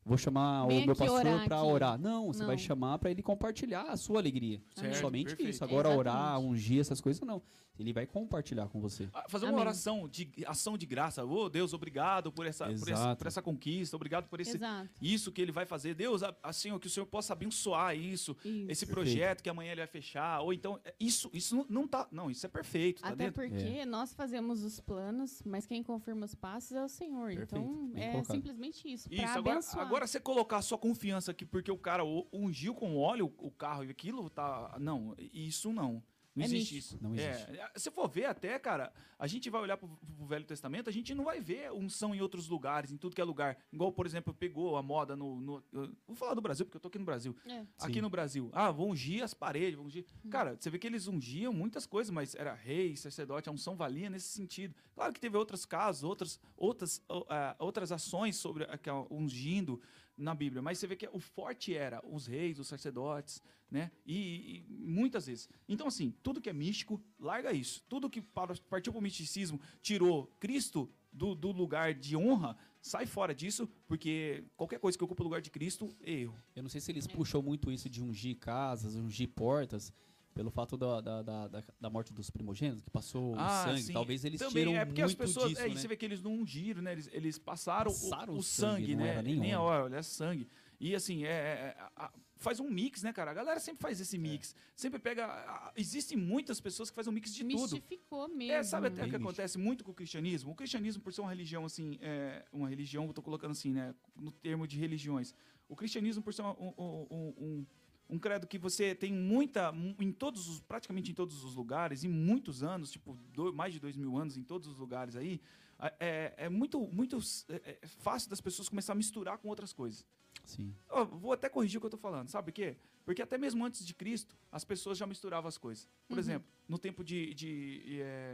vou chamar Vem o meu aqui pastor orar para aqui. orar. Não, você Não. vai chamar para ele compartilhar a sua alegria. Certo, Somente perfeito. isso. Agora orar, Exatamente. ungir, essas coisas, não. Ele vai compartilhar com você. Ah, fazer uma Amém. oração de ação de graça. Ô, Deus, obrigado por essa, por essa, Exato. por essa conquista, obrigado por esse, Exato. isso que ele vai fazer. Deus, a- assim, que o Senhor possa abençoar isso, Isso. esse projeto que amanhã ele vai fechar. Ou então, é, isso, isso não, não tá. Não, isso é perfeito. Tá Até dentro. porque nós fazemos os planos, mas quem confirma os passos é o Senhor. Perfeito, Então, bem é colocado. simplesmente isso, Isso, para agora, abençoar. agora você colocar a sua confiança aqui, porque o cara o- ungiu com óleo o carro e aquilo tá. Não, isso não. Não É existe místico. isso. Não É, se for ver até, cara, a gente vai olhar pro, pro Velho Testamento, a gente não vai ver unção em outros lugares, em tudo que é lugar. Igual, por exemplo, pegou a moda no. no- eu vou falar do Brasil, porque eu tô aqui no Brasil. É. Aqui Sim. no Brasil. Ah, vão ungir as paredes, vão ungir. Hum. Cara, você vê que eles ungiam muitas coisas, mas era rei, sacerdote, a unção valia nesse sentido. Claro que teve outros casos, outras, outras, ó, ah, outras ações sobre a- que a- ungindo na Bíblia, mas você vê que o forte era os reis, os sacerdotes, né? E, e muitas vezes. Então, assim, tudo que é místico, larga isso. Tudo que para- partiu para o misticismo, tirou Cristo do, do lugar de honra, sai fora disso, porque qualquer coisa que ocupa o lugar de Cristo, é erro. Eu não sei se eles puxou muito isso de ungir casas, ungir portas, pelo fato da, da, da, da- da morte dos primogênitos, que passou o sangue. sim. Talvez eles Também tiram é porque muito as pessoas, disso, é, e né? você vê que eles não ungiram, né? Eles, eles passaram, o- Passaram o, o sangue, sangue, não né? era nem nem a óleo. óleo, é sangue. E assim, é, é- é- a- faz um mix, né, cara? A galera sempre faz É. esse mix. Sempre pega. a- Existem muitas pessoas que fazem um mix de tudo. Mistificou mesmo. É, sabe até o Bem que místico. acontece muito com o cristianismo? O cristianismo, por ser uma religião, assim, é, uma religião, eu tô colocando assim, né, no termo de religiões. O cristianismo, por ser uma- um, um- um- um credo que você tem muita, mu- em todos os, praticamente em todos os lugares, em muitos anos, tipo, do- mais de dois mil anos em todos os lugares aí, a- é, é muito, muito é, é fácil das pessoas começar a misturar com outras coisas. Sim. Ó, vou até corrigir o que eu tô falando, sabe por quê? Porque até mesmo antes de Cristo, as pessoas já misturavam as coisas. Por Uhum. exemplo, no tempo de. de é,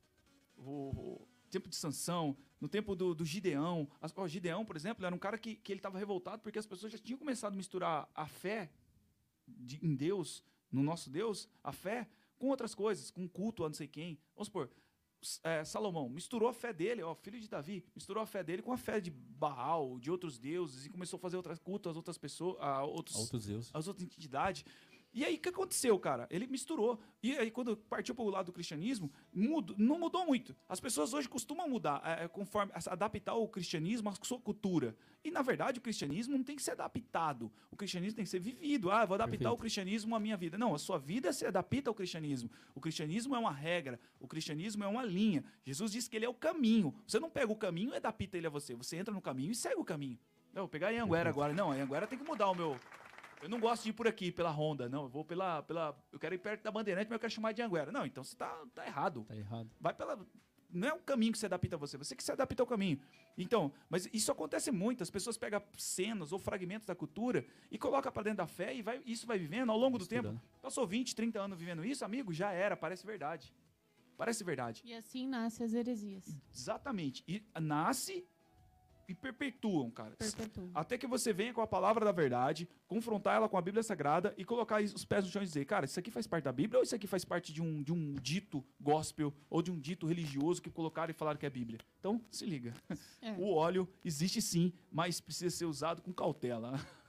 o, o tempo de Sansão, no tempo do, do Gideão. As, ó, Gideão, por exemplo, era um cara que, que ele estava revoltado porque as pessoas já tinham começado a misturar a fé de- em Deus, no nosso Deus, a fé, com outras coisas, com culto a não sei quem. Vamos supor, S- é, Salomão misturou a fé dele, ó, filho de Davi, misturou a fé dele com a fé de Baal, de outros deuses, e começou a fazer outras culto às outras pessoas, a outros, Outros deuses. as outras entidades. E aí, o que aconteceu, cara? Ele misturou. E aí, quando partiu para o lado do cristianismo, mudo, não mudou muito. As pessoas hoje costumam mudar, é, é, conforme a- adaptar o cristianismo à sua cultura. E, na verdade, o cristianismo não tem que ser adaptado. O cristianismo tem que ser vivido. Ah, vou adaptar Perfeito. o cristianismo à minha vida. Não, a sua vida se adapta ao cristianismo. O cristianismo é uma regra. O cristianismo é uma linha. Jesus disse que ele é o caminho. Você não pega o caminho e adapta ele a você. Você entra no caminho e segue o caminho. Não, vou pegar a Anhanguera agora. Não, a Anhanguera tem que mudar o meu... Eu não gosto de ir por aqui, pela Honda, não. Eu vou pela, pela. Eu quero ir perto da Bandeirante, mas eu quero chamar de Anguera. Não, então você tá, tá errado. Tá errado. Vai pela. Não é o caminho que se adapta a você, você que se adapta ao caminho. Então, mas isso acontece muito. As pessoas pegam cenas ou fragmentos da cultura e colocam para dentro da fé e vai, isso vai vivendo ao longo do tempo. Misturando. Passou vinte, trinta anos vivendo isso, amigo, já era, parece verdade. Parece verdade. E assim nascem as heresias. Exatamente. E nasce e perpetuam, cara. Perpetua. Até que você venha com a palavra da verdade, confrontar ela com a Bíblia Sagrada e colocar os pés no chão e dizer, cara, isso aqui faz parte da Bíblia ou isso aqui faz parte de um, de um dito gospel ou de um dito religioso que colocaram e falaram que é Bíblia? Então, se liga. É. O óleo existe sim, mas precisa ser usado com cautela.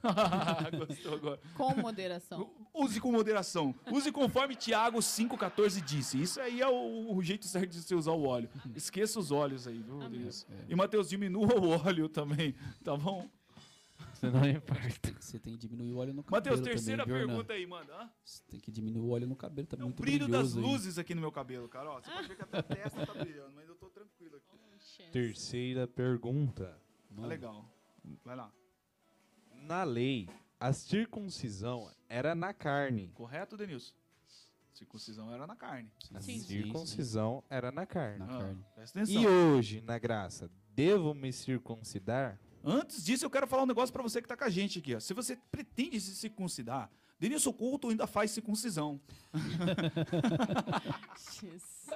Gostou agora? Com moderação. Use com moderação. Use conforme Tiago cinco, catorze disse. Isso aí é o, o jeito certo de você usar o óleo. Esqueça os óleos aí, viu, Amém. Deus? E Mateus, diminua o óleo também, tá bom? Você não importa. Você tem que diminuir o óleo no cabelo Mateus, terceira também, viu, Hernan? pergunta aí, manda. Hã? Você tem que diminuir o óleo no cabelo, tá É o muito brilho das brilhoso aí. luzes aqui no meu cabelo, cara. Ó, você pode ver que até a testa tá brilhando, mas eu tô tranquilo aqui. Terceira pergunta. Tá Mano, legal. Vai lá. Na lei, a circuncisão era na carne. Correto, Denilson? Circuncisão era na carne. A Sim. circuncisão era na carne. Na Ah, carne. presta atenção. E hoje, na graça, devo me circuncidar? Antes disso, eu quero falar um negócio pra você que tá com a gente aqui. Ó. Se você pretende se circuncidar, Denilson Couto ainda faz circuncisão. Jesus.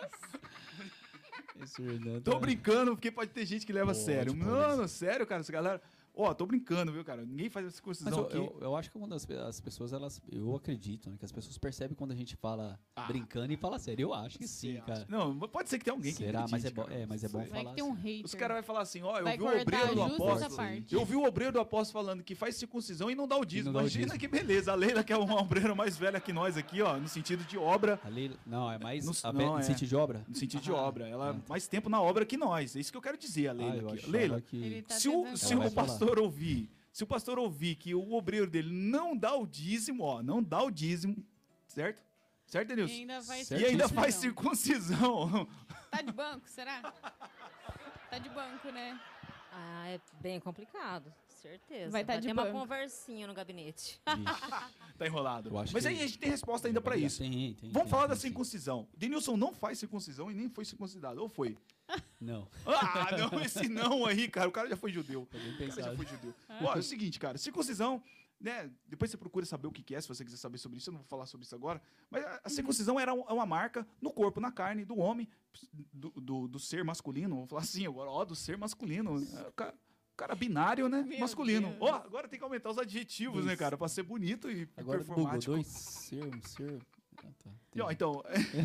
Esse Hernan Tô tá- brincando, porque pode ter gente que leva a Pode, sério. pode. Mano, sério, cara, essa galera... Ó, tô brincando, viu, cara? Ninguém faz essa Mas circuncisão eu, aqui. eu, eu acho que uma das as pessoas, elas, eu acredito, né, que as pessoas percebem quando a gente fala Ah. brincando e fala sério. Eu acho que Você sim, acha? cara. Não, pode ser que tenha alguém que Será? Mas é, acredite, bom, cara. é, mas é bom Não sei. Vai falar que tem um assim. hater. Os caras vão falar assim, ó, eu Vai vi o cortar obreiro do justo apóstolo. essa parte. Eu vi o obreiro do apóstolo falando que faz circuncisão e não dá o dízimo. não dá o Imagina dízimo. que beleza. A Leila, que é uma obreira mais velha que nós aqui, ó, no sentido de obra. A lei, não, é mais No- a não, no é. sentido de obra? No sentido de Ah, obra. Ela ah, tá. mais tempo na obra que nós. É isso que eu quero dizer, a Ah, Leila eu aqui. achava Leila, que... Ele tá se o, tentando se Ela o vai falar. pastor ouvir, se o pastor ouvir que o obreiro dele não dá o dízimo, ó, não dá o dízimo, certo? Certo, E Denilson? ainda vai Certo. E ainda circuncisão. faz circuncisão. Tá de banco, será? Tá de banco, né? Ah, é bem complicado, certeza. Vai tá de ter uma banco. conversinha no gabinete. Vixe, Tá enrolado. Eu acho Mas que- aí a gente tem resposta ainda pra isso. Tem, tem. Vamos tem, falar tem, da sim. circuncisão. Denilson não faz circuncisão e nem foi circuncidado. Ou foi? Não, Ah, não, esse não aí, cara. O cara já foi judeu. tá bem O cara já pensado. foi judeu. Ó, é o seguinte, cara. Circuncisão, né? Depois você procura saber o que que é, se você quiser saber sobre isso. Eu não vou falar sobre isso agora. Mas a- a circuncisão era um- é uma marca no corpo, na carne do homem, do, do, do ser masculino. Vou falar assim agora, ó, do ser masculino. É, o cara, o cara binário, né? Meu masculino. Deus. Ó, agora tem que aumentar os adjetivos, né, Dois. cara? Pra ser bonito e Agora Google, performático. dois ser, um ser... Ah, tá, E, ó, entendi. então,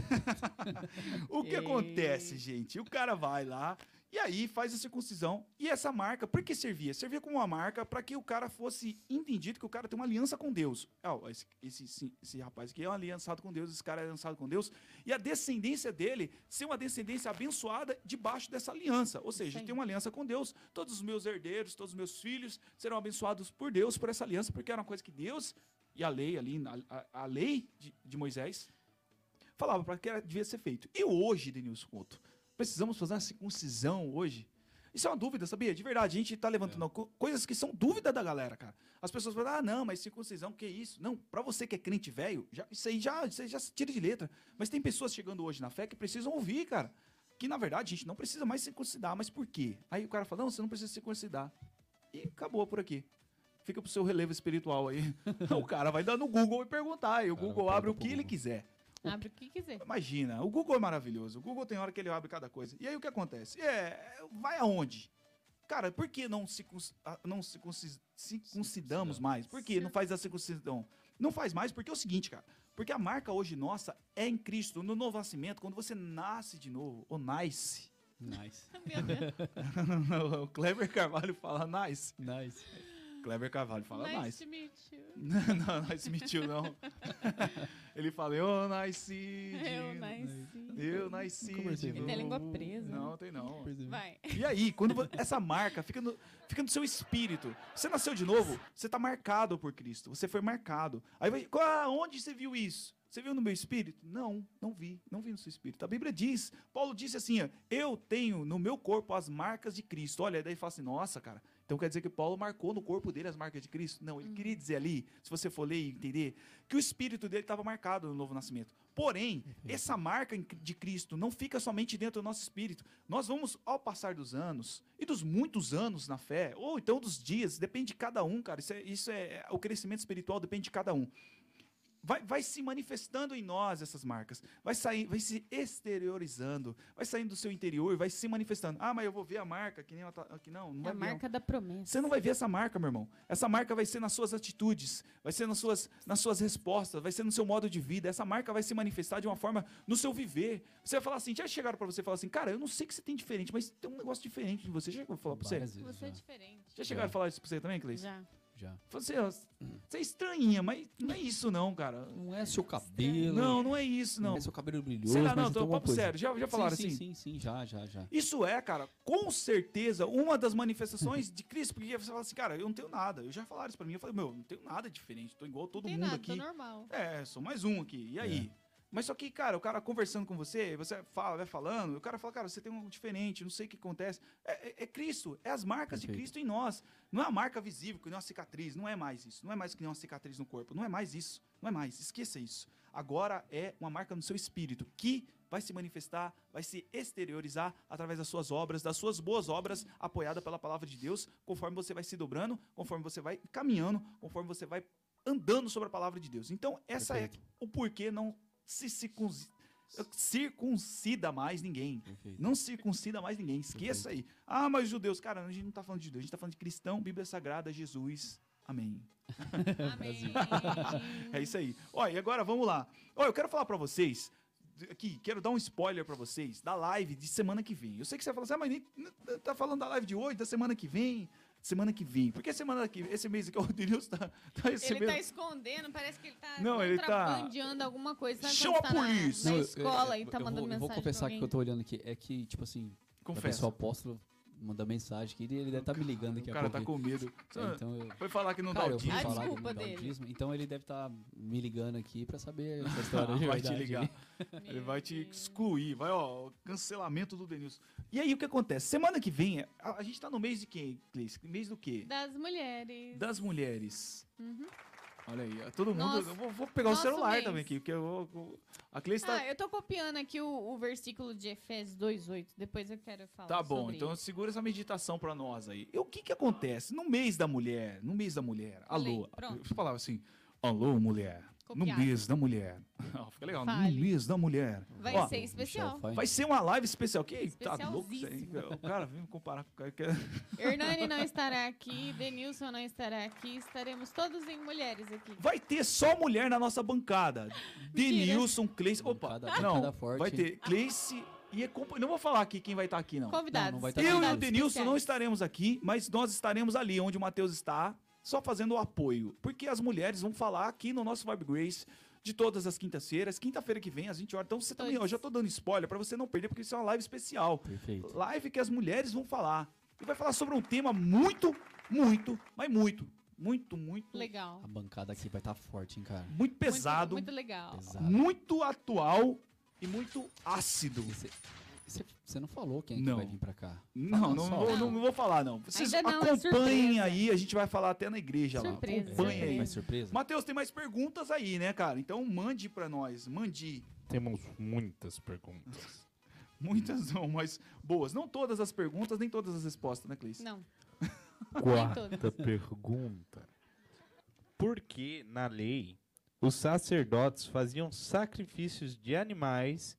o que Ei. acontece, gente? O cara vai lá e aí faz a circuncisão. E essa marca, por que servia? Servia como uma marca para que o cara fosse entendido que o cara tem uma aliança com Deus. Ó, esse, esse, esse, esse rapaz aqui é um aliançado com Deus, esse cara é aliançado com Deus. E a descendência dele ser uma descendência abençoada debaixo dessa aliança. Ou seja, aí. tem uma aliança com Deus. Todos os meus herdeiros, todos os meus filhos serão abençoados por Deus por essa aliança, porque era uma coisa que Deus e a lei ali, a, a, a lei de, de Moisés, falava para que era- devia ser feito. E hoje, Denilson Couto, precisamos fazer uma circuncisão hoje? Isso é uma dúvida, sabia? De verdade, a gente está levantando co- coisas que são dúvida da galera, cara. As pessoas falam, ah, não, mas circuncisão, que isso? Não, para você que é crente velho, já, isso aí já, isso aí já se tira de letra. Mas tem pessoas chegando hoje na fé que precisam ouvir, cara. Que, na verdade, a gente não precisa mais circuncidar. Mas por quê? Aí o cara fala, não, você não precisa circuncidar. E acabou por aqui. Fica pro seu relevo espiritual aí. O cara vai dar no Google e perguntar. E o Cara, Google vai abre o perguntar que pro ele Google. quiser. Abre o que quiser. Imagina, o Google é maravilhoso. O Google tem hora que ele abre cada coisa. E aí o que acontece? É, vai aonde? Cara, por que não se, não se circuncidamos mais? Por que não faz a circuncisão? Não faz mais porque é o seguinte, cara. Porque a marca hoje nossa é em Cristo. No novo nascimento, quando você nasce de novo, ou nasce. Nice. Meu Deus. O Kleber Carvalho fala nice. Nice. Kleber Carvalho fala Nice nice. to meet you. Não, não se mentiu, não. Ele fala, eu nasci. Eu de- nasci. Eu nasci. Nunca percebi. de Ele tem a língua novo. presa. Não, tem não. Vai. E aí, quando vo- essa marca fica no, fica no seu espírito. Você nasceu de novo, você está marcado por Cristo. Você foi marcado. Aí vai, ah, onde você viu isso? Você viu no meu espírito? Não, não vi. Não vi no seu espírito. A Bíblia diz, Paulo disse assim, ó, eu tenho no meu corpo as marcas de Cristo. Olha, daí fala assim, nossa, cara, então quer dizer que Paulo marcou no corpo dele as marcas de Cristo? Não, ele queria dizer ali, se você for ler e entender, que o espírito dele estava marcado no novo nascimento. Porém, essa marca em- de Cristo não fica somente dentro do nosso espírito. Nós vamos, ao passar dos anos, e dos muitos anos na fé, ou então dos dias, depende de cada um, cara. Isso é, isso é o crescimento espiritual depende de cada um. Vai, vai se manifestando em nós essas marcas, vai sair, vai se exteriorizando, vai saindo do seu interior, vai se manifestando. Ah, mas eu vou ver a marca, que nem ela tá, que não, não É vai a ver. marca da promessa. Você não vai ver essa marca, meu irmão. Essa marca vai ser nas suas atitudes, vai ser nas suas, nas suas respostas, vai ser no seu modo de vida. Essa marca vai se manifestar de uma forma no seu viver. Você vai falar assim, já chegaram pra você e falar assim, cara, eu não sei o que você tem diferente, mas tem um negócio diferente de você. Já chegou a falar pra você? Várias vezes Você é já. diferente. Já chegaram a falar isso pra você também, Cleiton? Já. Já. Falei assim, ó, você é estranhinha, mas não é isso não, cara. Não é seu cabelo. Não, não é isso não. é seu cabelo brilhoso. Sei lá, mas não, tem tô alguma papo coisa. sério. Já, já falaram sim, assim? Sim, sim, sim, já, já, já. Isso é, cara, com certeza, uma das manifestações de Cristo. Porque você fala assim, cara, eu não tenho nada. Eu já falaram isso pra mim. Eu falei, meu, não tenho nada diferente. Tô igual todo Tem mundo nada, aqui. tô normal. É, sou mais um aqui. E aí? Mas só que, cara, o cara conversando com você, você fala, vai falando, o cara fala, cara, você tem um diferente, não sei o que acontece. É, é- é Cristo, é as marcas de Perfeito. Cristo em nós. Não é a marca visível, que nem uma cicatriz, não é mais isso. Não é mais que nem uma cicatriz no corpo, não é mais isso. Não é mais, esqueça isso. Agora é uma marca no seu espírito, que vai se manifestar, vai se exteriorizar através das suas obras, das suas boas obras, apoiada pela palavra de Deus, conforme você vai se dobrando, conforme você vai caminhando, conforme você vai andando sobre a palavra de Deus. Então, essa Perfeito. é o porquê não se circunci- circuncida mais ninguém. Perfeito. Não circuncida mais ninguém. Esqueça aí. Ah, mas judeus. Cara, a gente não tá falando de judeus. A gente tá falando de cristão, Bíblia Sagrada, Jesus. Amém. Amém. É isso aí. Ó, e agora vamos lá. Ó, eu quero falar pra vocês, aqui, quero dar um spoiler pra vocês da live de semana que vem. Eu sei que você vai falar assim, ah, mas nem, tá falando da live de hoje, da semana que vem, semana que vem. Porque semana que esse mês aqui, o Denilson tá, tá Ele recebendo... tá escondendo, parece que ele tá Não, ele tá- contrabandeando alguma coisa. Sabe Chama quando tá a na- polícia! Na, Não, eu- escola eu- e tá eu mandando vou, eu vou mensagem confessar pra que alguém. eu tô olhando aqui. É que, tipo assim, a Confessa. pessoa apóstolo manda mensagem que ele, ele deve estar me ligando aqui O a cara pouco. tá com medo. É, então eu, Foi falar que não cara, dá eu fui autismo. Ah, falar que desculpa não dá dele. autismo, então ele deve estar me ligando aqui pra saber essa história de vai te verdade. ligar. Ele vai te excluir. Vai, ó, cancelamento do Denilson. E aí, o que acontece? Semana que vem, a, a gente tá no mês de quem, Cleice? Mês do quê? Das mulheres. Das mulheres. Uhum. Olha aí, ó, todo mundo... Nossa, eu vou, vou pegar o nosso celular mês. também aqui, porque eu, vou- eu- a Cleice tá... Ah, eu tô copiando aqui o, o versículo de Efésios dois, oito. Depois eu quero falar Tá bom, sobre então isso. segura essa meditação pra nós aí. E o que que acontece? No mês da mulher, no mês da mulher, Falei, alô, pronto. eu falava assim, alô, mulher, no Copiado. mês da mulher. Ó, fica legal, Fale. no mês da mulher. Vai Ó, ser especial. Vai ser uma live especial. Que tá louco isso aí? Especialzíssima. O cara vem me comparar com o cara que Hernani não estará aqui, Denilson não estará aqui, estaremos todos em mulheres aqui. vai ter só mulher na nossa bancada. Denilson, Cleice, opa, Bancada- não, bancada forte, vai hein? ter Cleice e é compa- não vou falar aqui quem vai estar aqui não. Convidados. Não, não vai tá Eu e o convidados Denilson não especiais. estaremos aqui, mas nós estaremos ali onde o Matheus está, só fazendo o apoio. Porque as mulheres vão falar aqui no nosso Vibe Grace de todas as quintas-feiras. Quinta-feira que vem, às vinte horas. Então você também, Todos. eu já tô dando spoiler pra você não perder, porque isso é uma live especial. Perfeito. Live que as mulheres vão falar. E vai falar sobre um tema muito, muito, mas muito, muito, muito, Legal. A bancada aqui vai estar forte, hein, cara. muito pesado, Muito, muito legal. Pesado. muito atual e muito ácido. Você não falou quem é Não. que vai vir pra cá. Não, Fala não, só. vou, não vou falar, não. Vocês Ainda não, é acompanhem surpresa. aí, a gente vai falar até na igreja Surpresa, lá. Acompanhem aí. Mais surpresa? Matheus, tem mais perguntas aí, né, cara? Então mande pra nós, mande. Temos muitas perguntas. Muitas não, mas boas. Não todas as perguntas, nem todas as respostas, né, Cleice? Não. Quarta pergunta. Por que, na lei, os sacerdotes faziam sacrifícios de animais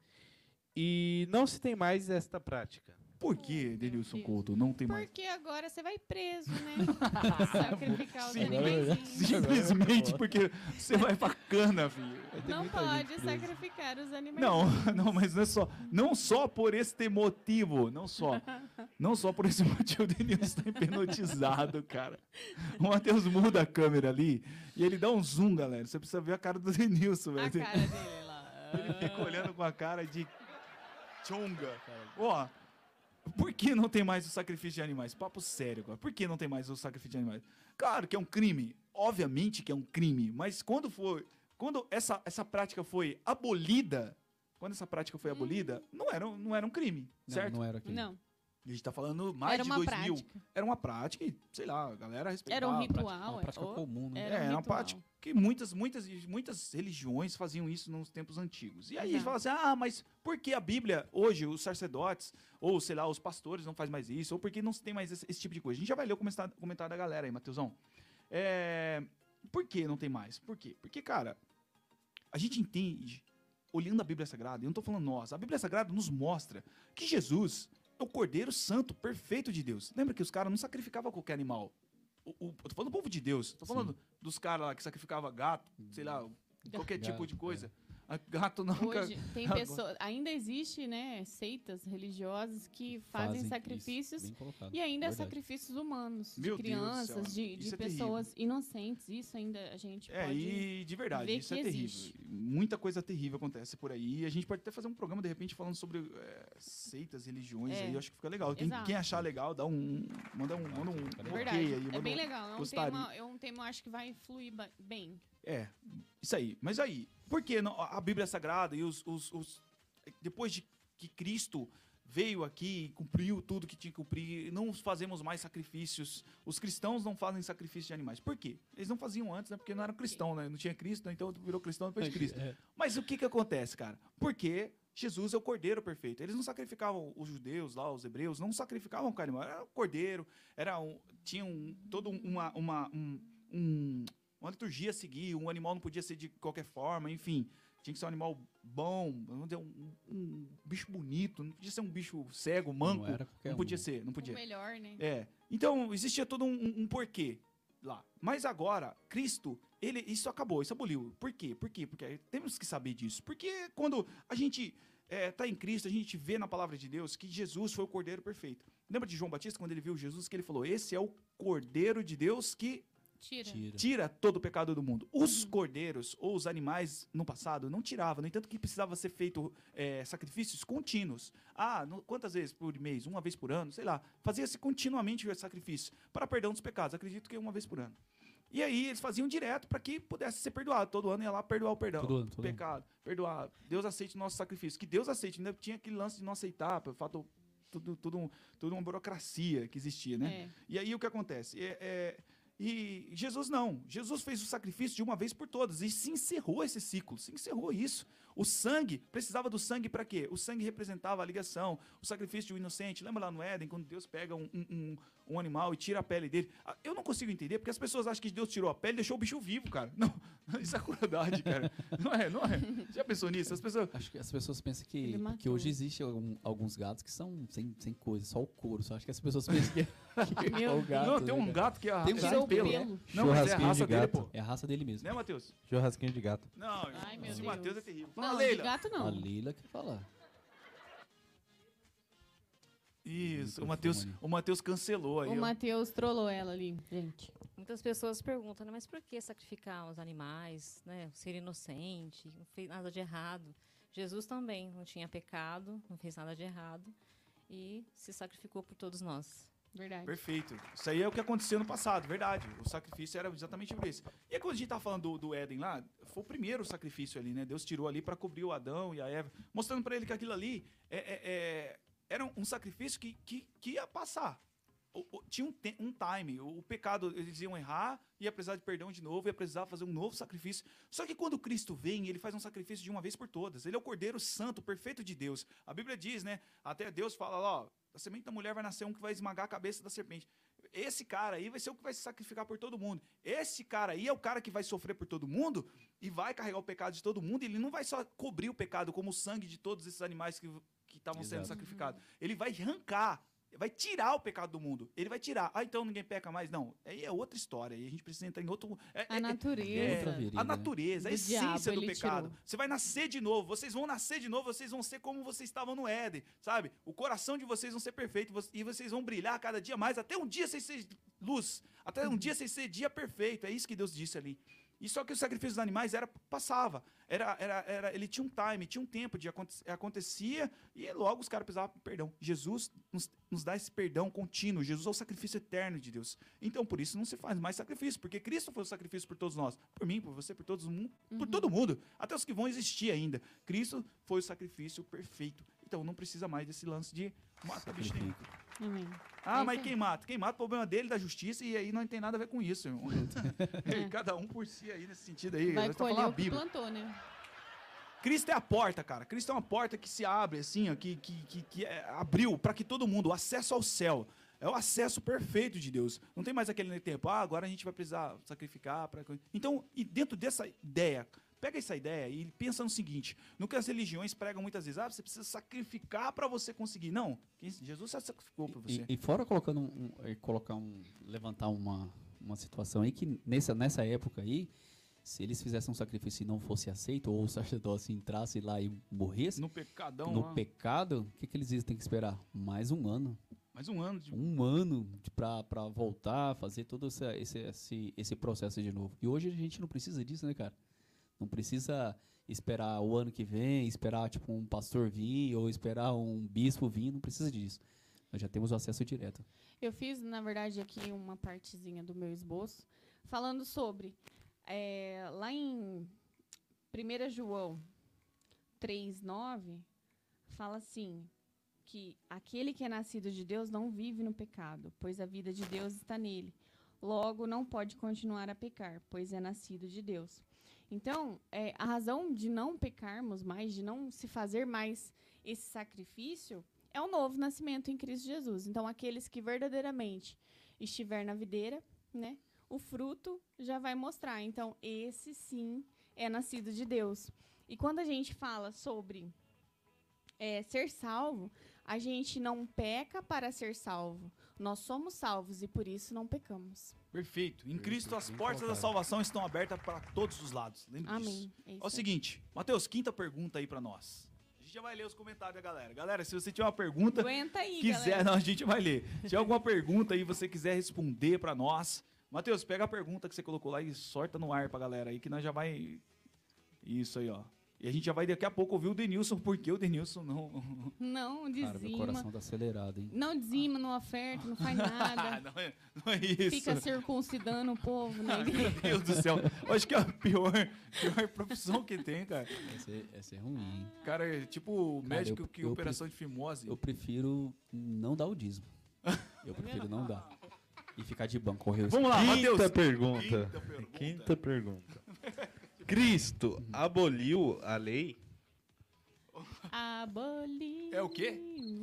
e não se tem mais esta prática? Por que, Oh, meu Denilson Deus. Couto, não tem mais? Porque agora você vai preso, né? Sacrificar os Sim. animaizinhos. Simplesmente porque você vai pra cana, filho. Não pode sacrificar os animais. Não, não, mas não é só, não só por este motivo, não só, não só por esse motivo o Denilson está hipnotizado, cara. O Matheus muda a câmera ali e ele dá um zoom, galera. Você precisa ver a cara do Denilson, A velho. cara dele lá. Ele fica olhando com a cara de chonga. Ó, por que não tem mais o sacrifício de animais? Papo sério, cara. Por que não tem mais o sacrifício de animais? Claro que é um crime. Obviamente que é um crime. Mas quando foi. Quando essa, essa prática foi abolida. Quando essa prática foi abolida, não era, um- não era um crime, Não, certo? não era aqui. Não, A gente tá falando mais era de uma dois prática. mil. Era uma prática e, sei lá, a galera respeitava. Era um a prática. É ritual. uma prática é, ou- comum, né? era É, um era uma ritual. prática que muitas, muitas, muitas religiões faziam isso nos tempos antigos. E aí a gente Exato. fala assim, ah, mas por que a Bíblia, hoje, os sacerdotes, ou sei lá, os pastores não fazem mais isso, ou por que não se tem mais esse, esse tipo de coisa? A gente já vai ler o comentário, comentário da galera aí, Matheusão. É, por que não tem mais? Por quê? Porque, cara, a gente entende, olhando a Bíblia Sagrada, e eu não tô falando nós, a Bíblia Sagrada nos mostra que Jesus é o Cordeiro Santo, perfeito de Deus. Lembra que os caras não sacrificavam qualquer animal. O, o, eu tô falando do povo de Deus, tô falando dos caras lá que sacrificavam gato, sei lá, qualquer tipo Gato, de coisa. A Gato nunca... Hoje tem Agora- pessoas, ainda existe, né, seitas religiosas que fazem, isso, sacrifícios bem colocado. e ainda Verdade. sacrifícios humanos, Meu de Deus do crianças, céu, de, de isso é pessoas inocentes. Isso ainda a gente É, pode. e de verdade, ver isso é que terrível. existe. Muita coisa terrível acontece por aí. E a gente pode até fazer um programa, de repente, falando sobre é, seitas, religiões. É. Aí eu acho que fica legal. Quem, Exato. quem achar legal, dá um. Manda um, manda um, fica um legal. ok Verdade. aí. manda É bem um- legal. É um, gostaria. tema, é um tema, eu acho que vai fluir ba- bem. É, isso aí. Mas aí, por que não- a Bíblia Sagrada e os, os- os- depois de que Cristo veio aqui e cumpriu tudo que tinha que cumprir, não fazemos mais sacrifícios. Os cristãos não fazem sacrifício de animais. Por quê? Eles não faziam antes, né? Porque não eram cristãos, né? Não tinha Cristo, então virou cristão depois de Cristo. É. Mas o que que acontece, cara? Porque Jesus é o cordeiro perfeito. Eles não sacrificavam os judeus lá, os hebreus, não sacrificavam o animal. Era o cordeiro, era um, tinha um, todo uma, uma, um, um- uma liturgia a seguir, um animal não podia ser de qualquer forma, enfim. tinha que ser um animal bom, vamos dizer, um, um bicho bonito, não podia ser um bicho cego, manco, Não era qualquer não podia um. ser, não O podia. melhor, né? É, então existia todo um, um- um porquê lá. Mas agora, Cristo, ele, isso acabou, isso aboliu. Por quê? Por quê? Porque temos que saber disso. Porque quando a gente está em Cristo, a gente vê na palavra de Deus que Jesus foi o Cordeiro perfeito. Lembra de João Batista, quando ele viu Jesus, que ele falou, esse é o Cordeiro de Deus que Tira. Tira. tira todo o pecado do mundo. Os cordeiros ou os animais no passado não tiravam, no entanto que precisava ser feito é, sacrifícios contínuos. Ah, no- quantas vezes por mês? Uma vez por ano? Sei lá. Fazia-se continuamente o sacrifício para perdão dos pecados. Acredito que uma vez por ano. E aí eles faziam direto para que pudesse ser perdoado. Todo ano ia lá perdoar o perdão. Todo ano, todo ano. pecado, perdoar. Deus aceite o nosso sacrifício. Que Deus aceite. Ainda tinha aquele lance de não aceitar, pelo fato tudo, tudo, um- tudo uma burocracia que existia, né? É. E aí o que acontece? É, é, e Jesus não. Jesus fez o sacrifício de uma vez por todas e se encerrou esse ciclo, se encerrou isso. O sangue, precisava do sangue para quê? O sangue representava a ligação, o sacrifício de um inocente. Lembra lá no Éden, quando Deus pega um, um, um- um animal e tira a pele dele? Ah, eu não consigo entender, porque as pessoas acham que Deus tirou a pele e deixou o bicho vivo, cara. Não, isso é crueldade, cara. Não é, não é. Você já pensou nisso? As pessoas... Acho que as pessoas pensam que, Ele que matou. hoje existe algum- alguns gatos que são sem, sem coisa, só o couro. Só acho que as pessoas pensam que, que é Meu o gato. não, tem um né, cara? gato que é Tem um é gato sem pelo. pelo. Não, mas é a Churrasquinho raça de dele, gato. pô. É a raça dele mesmo. Né, Matheus? Churrasquinho de gato. Não, Ai, meu esse Deus. Matheus é terrível. Fala, Não, Leila. de gato A não. Leila quer falar. Isso, o Microfone. Matheus, o Matheus cancelou aí. O ó. Matheus trollou ela ali, gente. Muitas pessoas perguntam, né, mas por que sacrificar os animais, né? Ser inocente, não fez nada de errado. Jesus também não tinha pecado, não fez nada de errado e se sacrificou por todos nós. Verdade. Perfeito. Isso aí é o que aconteceu no passado, verdade. O sacrifício era exatamente por isso. E aí, quando a gente tá falando do, do Éden lá, foi o primeiro sacrifício ali, né? Deus tirou ali para cobrir o Adão e a Eva, mostrando para ele que aquilo ali é, é- é- era um, um sacrifício que, que, que ia passar. O- o- tinha um, te- um time. O, o pecado, eles iam errar, ia precisar de perdão de novo, ia precisar fazer um novo sacrifício. Só que quando Cristo vem, ele faz um sacrifício de uma vez por todas. Ele é o Cordeiro Santo, perfeito de Deus. A Bíblia diz, né? Até Deus fala lá, ó, da semente da mulher vai nascer um que vai esmagar a cabeça da serpente. Esse cara aí vai ser o que vai se sacrificar por todo mundo. Esse cara aí é o cara que vai sofrer por todo mundo e vai carregar o pecado de todo mundo. Ele não vai só cobrir o pecado como o sangue de todos esses animais que que estavam sendo Exato. sacrificados. Ele vai arrancar, vai tirar o pecado do mundo. Ele vai tirar. Ah, então ninguém peca mais? Não. Aí é outra história. Aí a gente precisa entrar em outro... é- é- A é- natureza. Outra vida, a né? natureza, a Do essência diabo, do ele pecado. tirou. Você vai nascer de novo, vocês vão nascer de novo, vocês vão ser como vocês estavam no Éden, sabe? O coração de vocês vão ser perfeito vo- e vocês vão brilhar cada dia mais, até um dia vocês ser luz, até um dia vocês ser dia perfeito. É isso que Deus disse ali. E só que o sacrifício dos animais era passava, era, era, era, ele tinha um time, tinha um tempo de aconte, acontecia e logo os caras precisavam de perdão. Jesus nos, nos dá esse perdão contínuo. Jesus é o sacrifício eterno de Deus. Então por isso não se faz mais sacrifício, porque Cristo foi o sacrifício por todos nós, por mim, por você, por todos, mu- por todo mundo, até os que vão existir ainda. Cristo foi o sacrifício perfeito. Então não precisa mais desse lance de mata bicho nenhum. Amém. Ah, É mas isso quem aí. mata? Quem mata é o problema dele, da justiça, e aí não tem nada a ver com isso, irmão. Cada um por si aí, nesse sentido aí. Vai Nós tá falando colher a o que Bíblia. plantou, né? Cristo é a porta, cara. Cristo é uma porta que se abre, assim, ó, que, que, que, que é- abriu para que todo mundo, o acesso ao céu. É o acesso perfeito de Deus. Não tem mais aquele tempo, ah, agora a gente vai precisar sacrificar. Pra... Então, e dentro dessa ideia, pega essa ideia e pensa no seguinte, no que as religiões pregam muitas vezes, ah, você precisa sacrificar para você conseguir. Não, quem- Jesus já sacrificou para você. E, e fora colocando um, um- eh, colocar um, levantar uma, uma situação aí que nessa, nessa época aí, se eles fizessem um sacrifício e não fosse aceito, ou o sacerdote entrasse lá e morresse No pecadão, no lá, pecado, o que, que eles dizem que tem que esperar? Mais um ano. mais um ano de... Um ano de- pra, pra voltar, fazer todo esse, esse, esse, esse processo de novo. E hoje a gente não precisa disso, né, cara? Não precisa esperar o ano que vem, esperar tipo um pastor vir ou esperar um bispo vir, não precisa disso. Nós já temos o acesso direto. Eu fiz, na verdade, aqui uma partezinha do meu esboço, falando sobre, é, lá em primeiro João três, nove, fala assim, que aquele que é nascido de Deus não vive no pecado, pois a vida de Deus está nele. Logo, não pode continuar a pecar, pois é nascido de Deus. Então, é, a razão de não pecarmos mais, de não se fazer mais esse sacrifício, é o novo nascimento em Cristo Jesus. Então, aqueles que verdadeiramente estiver na videira, né, o fruto já vai mostrar. Então, esse sim é nascido de Deus. E quando a gente fala sobre é, ser salvo, a gente não peca para ser salvo. Nós somos salvos e por isso não pecamos. Perfeito. Em Cristo as bem portas da colocado. salvação estão abertas para todos os lados. Lembre disso. Amém. É isso É o aí. seguinte, Matheus, quinta pergunta aí pra nós. A gente já vai ler os comentários da galera. Galera, se você tiver uma pergunta, Aguenta aí, quiser, galera. não, a gente vai ler. Se tiver alguma pergunta aí, você quiser responder pra nós, Matheus, pega a pergunta que você colocou lá e sorta no ar pra galera aí, que nós já vai... Isso aí, ó. E a gente já vai daqui a pouco ouvir o Denilson, porque o Denilson não... Não Cara, meu dizima. coração tá acelerado, hein? Não dizima, não oferta, não faz nada. não, é, não é isso. Fica circuncidando o povo, né? Meu Deus do céu. Eu acho que é a pior, pior profissão que tem, cara. Essa é, essa é ruim, hein? Cara, é tipo o Cara, médico eu- que eu operação de fimose. Eu prefiro não dar o dízimo. Eu prefiro não dar. E ficar de banco, correr o Vamos lá, Quinta Matheus. pergunta. Quinta pergunta. Quinta pergunta. Cristo aboliu a lei? Aboliu. É o quê?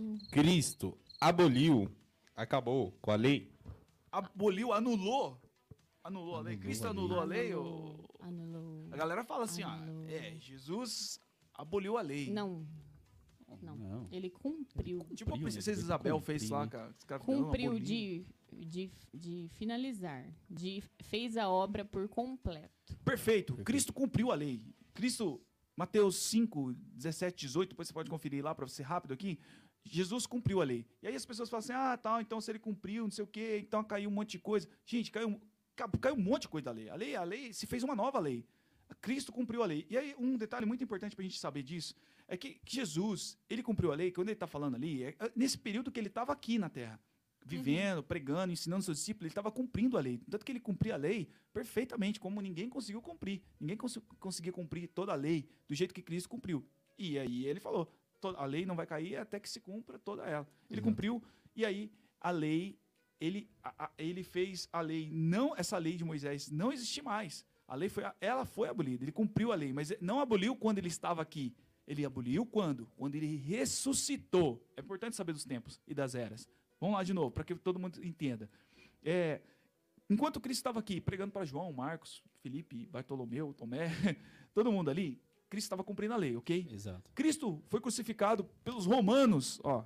Cristo aboliu, acabou com a lei? Aboliu, anulou. Anulou a lei. Anulou Cristo a lei. anulou a lei? Anulou. ou- Anulou. A galera fala assim, ah, Anulou. é, Jesus aboliu a lei. Não, não. Não. Ele cumpriu. Tipo a Cumpriu, princesa né? Isabel Cumpriu, fez lá, né? cara. Os caras ficaram Cumpriu abolindo. de, de, de finalizar. De, fez a obra por completo. Perfeito. Perfeito. Cristo cumpriu a lei. Cristo, Mateus cinco, dezessete, dezoito, depois você pode conferir lá para ser rápido aqui. Jesus cumpriu a lei. E aí as pessoas falam assim, ah, tal, então se ele cumpriu, não sei o quê, então caiu um monte de coisa. Gente, caiu, ca- caiu um monte de coisa da lei. A lei, a lei se fez uma nova lei. Cristo cumpriu a lei. E aí um detalhe muito importante para a gente saber disso é que, que Jesus, ele cumpriu a lei, quando ele está falando ali, é é nesse período que ele estava aqui na Terra. Vivendo, pregando, ensinando seus discípulos, ele estava cumprindo a lei. Tanto que ele cumpria a lei perfeitamente, como ninguém conseguiu cumprir. Ninguém cons conseguia cumprir toda a lei do jeito que Cristo cumpriu. E aí ele falou, "To- a lei não vai cair até que se cumpra toda ela. Ele Exato. cumpriu, e aí a lei, ele, a- a- ele fez a lei, não essa lei de Moisés, não existe mais. A lei foi, a- ela foi abolida, ele cumpriu a lei, mas não aboliu quando ele estava aqui. Ele aboliu quando? Quando ele ressuscitou. É importante saber dos tempos e das eras. Vamos lá de novo, para que todo mundo entenda. É, enquanto Cristo estava aqui pregando para João, Marcos, Felipe, Bartolomeu, Tomé, todo mundo ali, Cristo estava cumprindo a lei, ok? Exato. Cristo foi crucificado pelos romanos, ó.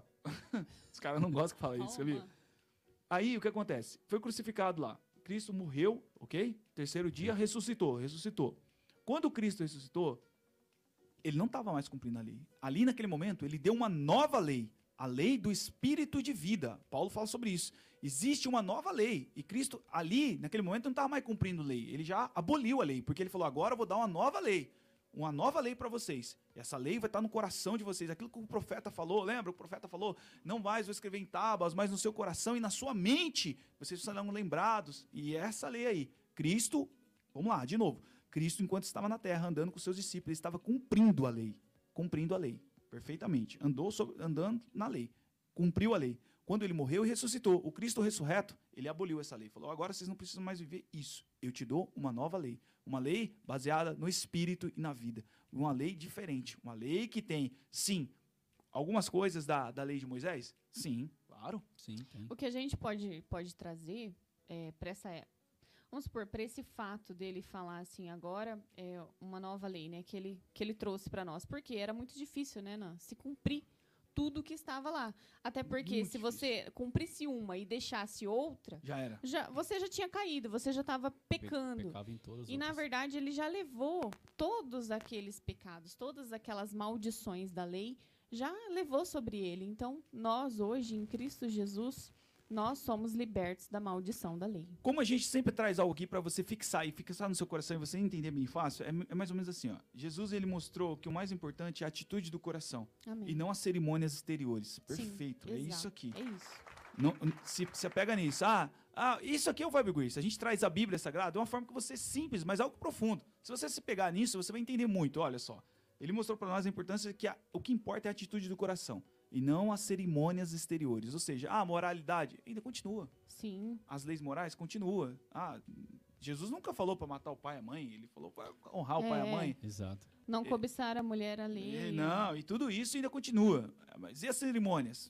Os caras não gostam que fala isso, sabia? Calma. Aí o que acontece? Foi crucificado lá. Cristo morreu, ok? Terceiro dia ressuscitou, ressuscitou. Quando Cristo ressuscitou, ele não estava mais cumprindo a lei. Ali naquele momento, ele deu uma nova lei, a lei do espírito de vida. Paulo fala sobre isso. Existe uma nova lei. E Cristo, ali, naquele momento, não estava mais cumprindo lei. Ele já aboliu a lei, porque ele falou: agora eu vou dar uma nova lei. Uma nova lei para vocês. E essa lei vai estar no coração de vocês. Aquilo que o profeta falou, lembra? O profeta falou: não mais vou escrever em tábuas, mas no seu coração e na sua mente vocês serão lembrados. E essa lei aí, Cristo, vamos lá, de novo. Cristo, enquanto estava na terra, andando com seus discípulos, ele estava cumprindo a lei. Cumprindo a lei, perfeitamente. Andou sobre, andando na lei. Cumpriu a lei. Quando ele morreu e ressuscitou, o Cristo ressurreto, ele aboliu essa lei. Falou: agora vocês não precisam mais viver isso. Eu te dou uma nova lei. Uma lei baseada no espírito e na vida. Uma lei diferente. Uma lei que tem, sim, algumas coisas da, da lei de Moisés? Sim, claro. Sim, tem. O que a gente pode, pode trazer é, para essa é, vamos supor, para esse fato dele falar assim, agora é uma nova lei, né, que ele, que ele trouxe para nós, porque era muito difícil, né, Nan, se cumprir tudo que estava lá. Até porque Muito se você cumprisse uma e deixasse outra, Já era. já, você já tinha caído, você já estava Pe- pecando. Pecava em todas as E, na outras. verdade, ele já levou todos aqueles pecados, todas aquelas maldições da lei, já levou sobre ele. Então, nós, hoje, em Cristo Jesus, nós somos libertos da maldição da lei. Como a gente sempre traz algo aqui para você fixar e fixar no seu coração e você entender bem fácil, é, é mais ou menos assim, ó. Jesus, ele mostrou que o mais importante é a atitude do coração Amém. e não as cerimônias exteriores. Sim, Perfeito, é exato, isso aqui. É isso. Não, se você pega nisso, ah, ah, isso aqui é o Vibe Grace. A gente traz a Bíblia Sagrada de uma forma que você é simples, mas algo profundo. Se você se pegar nisso, você vai entender muito. Olha só, ele mostrou para nós a importância que a, o que importa é a atitude do coração e não as cerimônias exteriores. Ou seja, ah, a moralidade ainda continua. Sim. As leis morais continua. Ah, Jesus nunca falou para matar o pai e a mãe. Ele falou para honrar o pai e a É. mãe. Exato. Não cobiçar a mulher ali. E, não, e tudo isso ainda continua. Mas e as cerimônias?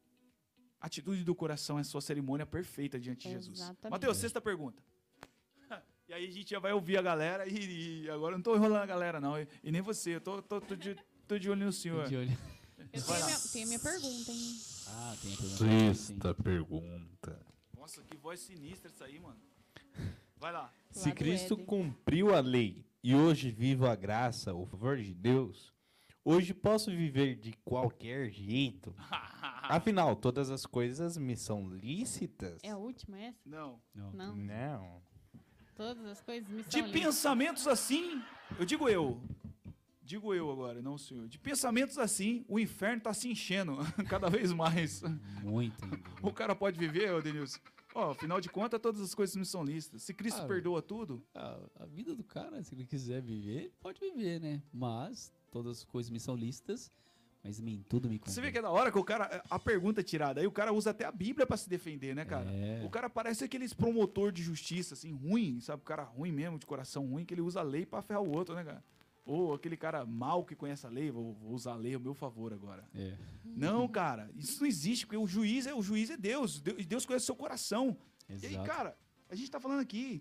A atitude do coração é a sua cerimônia perfeita diante de Jesus. Exatamente. Mateus, sexta pergunta. E aí a gente já vai ouvir a galera e, e agora eu não tô enrolando a galera, não. E, e nem você, eu tô, tô, tô, de, tô de olho no senhor. Tô de olho. Eu tenho a, minha, tenho a minha pergunta, hein? Ah, tem a pergunta. Sim. Sexta pergunta. Nossa, que voz sinistra essa aí, mano. Vai lá. Se Lá do Cristo Éden. cumpriu a lei e hoje vivo a graça, o favor de Deus, hoje posso viver de qualquer jeito? Afinal, todas as coisas me são lícitas? É a última essa? Não. Não. Não. Não. Todas as coisas me De são lícitas. pensamentos assim, eu digo eu. Digo eu agora, não o senhor. De pensamentos assim, o inferno tá se enchendo cada vez mais. Muito. O cara pode viver, ô Denilson? Ó, afinal de contas, todas as coisas me são lícitas. Se Cristo Ah, perdoa tudo, A, a vida do cara, se ele quiser viver, ele pode viver, né? Mas todas as coisas me são lícitas, mas em tudo me convém. você vê que é da hora que o cara. A pergunta é tirada. Aí o cara usa até a Bíblia pra se defender, né, cara? É. O cara parece aqueles promotor de justiça, assim, ruim, sabe? O cara ruim mesmo, de coração ruim, que ele usa a lei pra ferrar o outro, né, cara? Ou aquele cara mal que conhece a lei, vou, vou usar a lei ao meu favor agora. É. Não, cara, isso não existe, porque o juiz é, o juiz é Deus. Deus Deus conhece o seu coração. Exato. E aí, cara, a gente tá falando aqui.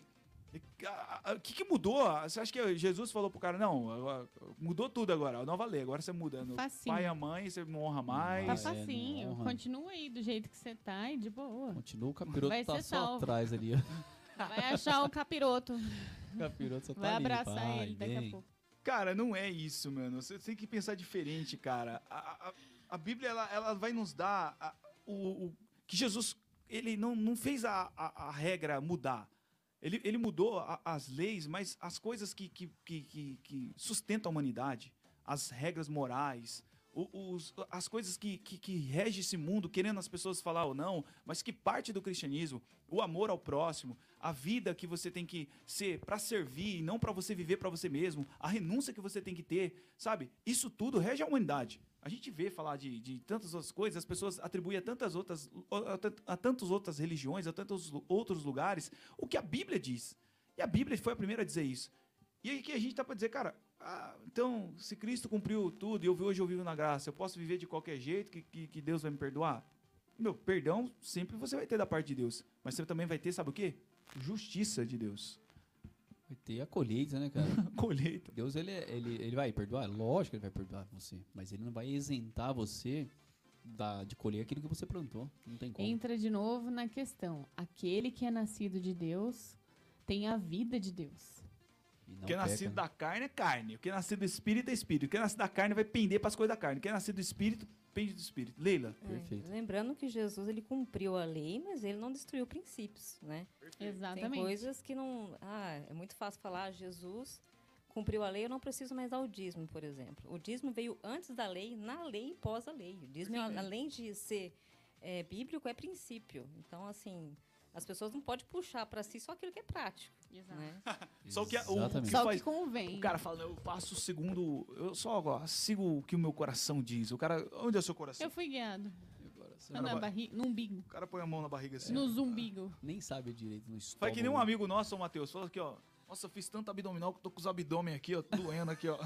O que, que mudou? Você acha que Jesus falou pro cara, não, agora- mudou tudo agora, a nova lei, agora você muda. No Facinho. pai e a mãe, você não honra mais. Tá É, facinho. não honra. Continua aí do jeito que você tá e de boa. Continua, o capiroto Vai tá ser só salvo. atrás ali, ó. Vai achar o capiroto. O capiroto só tá Vai ali, abraçar vai, ele daqui vem. a pouco. Cara, não é isso, mano. Você tem que pensar diferente, cara. A, a, a Bíblia, ela, ela vai nos dar a- o, o- que Jesus, ele não, não fez a, a, a regra mudar. Ele, ele mudou a- as leis, mas as coisas que, que, que, que- que sustentam a humanidade, as regras morais, o- os- as coisas que, que, que regem esse mundo, querendo as pessoas falar ou não, mas que parte do cristianismo, o amor ao próximo, a vida que você tem que ser para servir e não para você viver para você mesmo, a renúncia que você tem que ter, sabe? Isso tudo rege a humanidade. A gente vê falar de, de tantas outras coisas, as pessoas atribuem a tantas outras, a, tant- a tantas outras religiões, a tantos lu- outros lugares, o que a Bíblia diz. E a Bíblia foi a primeira a dizer isso. E aí que a gente tá para dizer, cara, ah, então, se Cristo cumpriu tudo e eu hoje eu vivo na graça, eu posso viver de qualquer jeito que, que, que Deus vai me perdoar? Meu, perdão sempre você vai ter da parte de Deus. Mas você também vai ter, sabe o quê? Justiça de Deus. Vai ter a colheita, né, cara? Colheita. Deus, ele, é- ele, ele vai perdoar? Lógico que ele vai perdoar você. Mas ele não vai isentar você da, de colher aquilo que você plantou. Não tem como. Entra de novo na questão. Aquele que é nascido de Deus tem a vida de Deus. E não O que é peca, nascido né? da carne é carne. O que é nascido do espírito é espírito. O que é nascido da carne vai pender para as coisas da carne. O que é nascido do espírito pende do espírito. Leila. É, Perfeito. lembrando que Jesus ele cumpriu a lei, mas ele não destruiu princípios, né? Tem Exatamente. coisas que não. Ah, é muito fácil falar, Jesus cumpriu a lei, eu não preciso mais dar o dízimo, por exemplo. O dízimo veio antes da lei, na lei e pós a lei. O dízimo, Sim. além de ser é, bíblico, é princípio. Então, assim, as pessoas não podem puxar para si só aquilo que é prático. Exato. Né? Só que a- o- Exatamente. que Só o faz- que convém. O cara fala, eu faço segundo. Eu só ó, sigo o que o meu coração diz. O cara. Onde é o seu coração? Eu fui guiado. Agora, você Na vai- barriga, no umbigo. O cara põe a mão na barriga assim. No zumbigo. nem sabe direito no estômago. Faz que nem um amigo nosso, o Matheus. Fala aqui, ó. Nossa, eu fiz tanto abdominal que eu tô com os abdômen aqui, ó. Doendo aqui, ó. Tô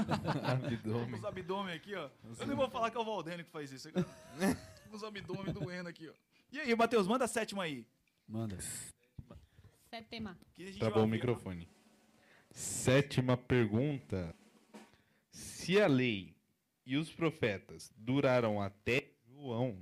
com Abdômen. os abdômen aqui, ó. Eu nem vou falar que é o Valdênio que faz isso. Tô com os abdômen doendo aqui, ó. E aí, Matheus, manda a sétima aí. Manda. Sétima. Que a gente Travou vai o ouvir. microfone. Sétima pergunta. Se a lei e os profetas duraram até João,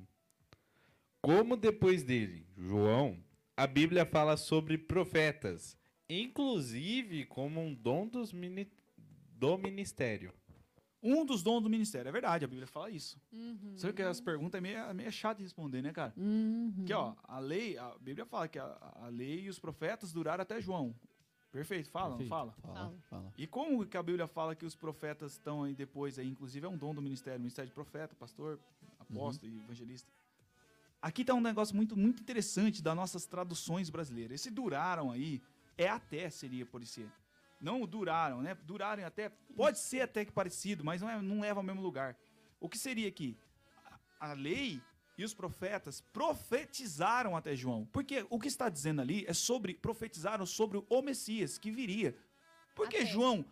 como depois dele, João, a Bíblia fala sobre profetas, inclusive como um dom dos mini- do ministério? Um dos dons do ministério. É verdade, a Bíblia fala isso. Uhum. Sabe que as perguntas é meio, é meio chato de responder, né, cara? Uhum. Porque, ó, a lei, a Bíblia fala que a, a lei e os profetas duraram até João. Perfeito, fala, Perfeito. não fala? Fala, Fala. fala. E como que a Bíblia fala que os profetas estão aí depois aí, inclusive é um dom do ministério, ministério de profeta, pastor, apóstolo e evangelista. Aqui tá um negócio muito, muito interessante das nossas traduções brasileiras. Esse duraram aí, é até seria por ser. Não duraram, né? Duraram até, pode ser até que parecido, mas não, é, não leva ao mesmo lugar. O que seria aqui? A, a lei e os profetas profetizaram até João. Porque o que está dizendo ali é sobre, profetizaram sobre o Messias que viria. Porque Até. João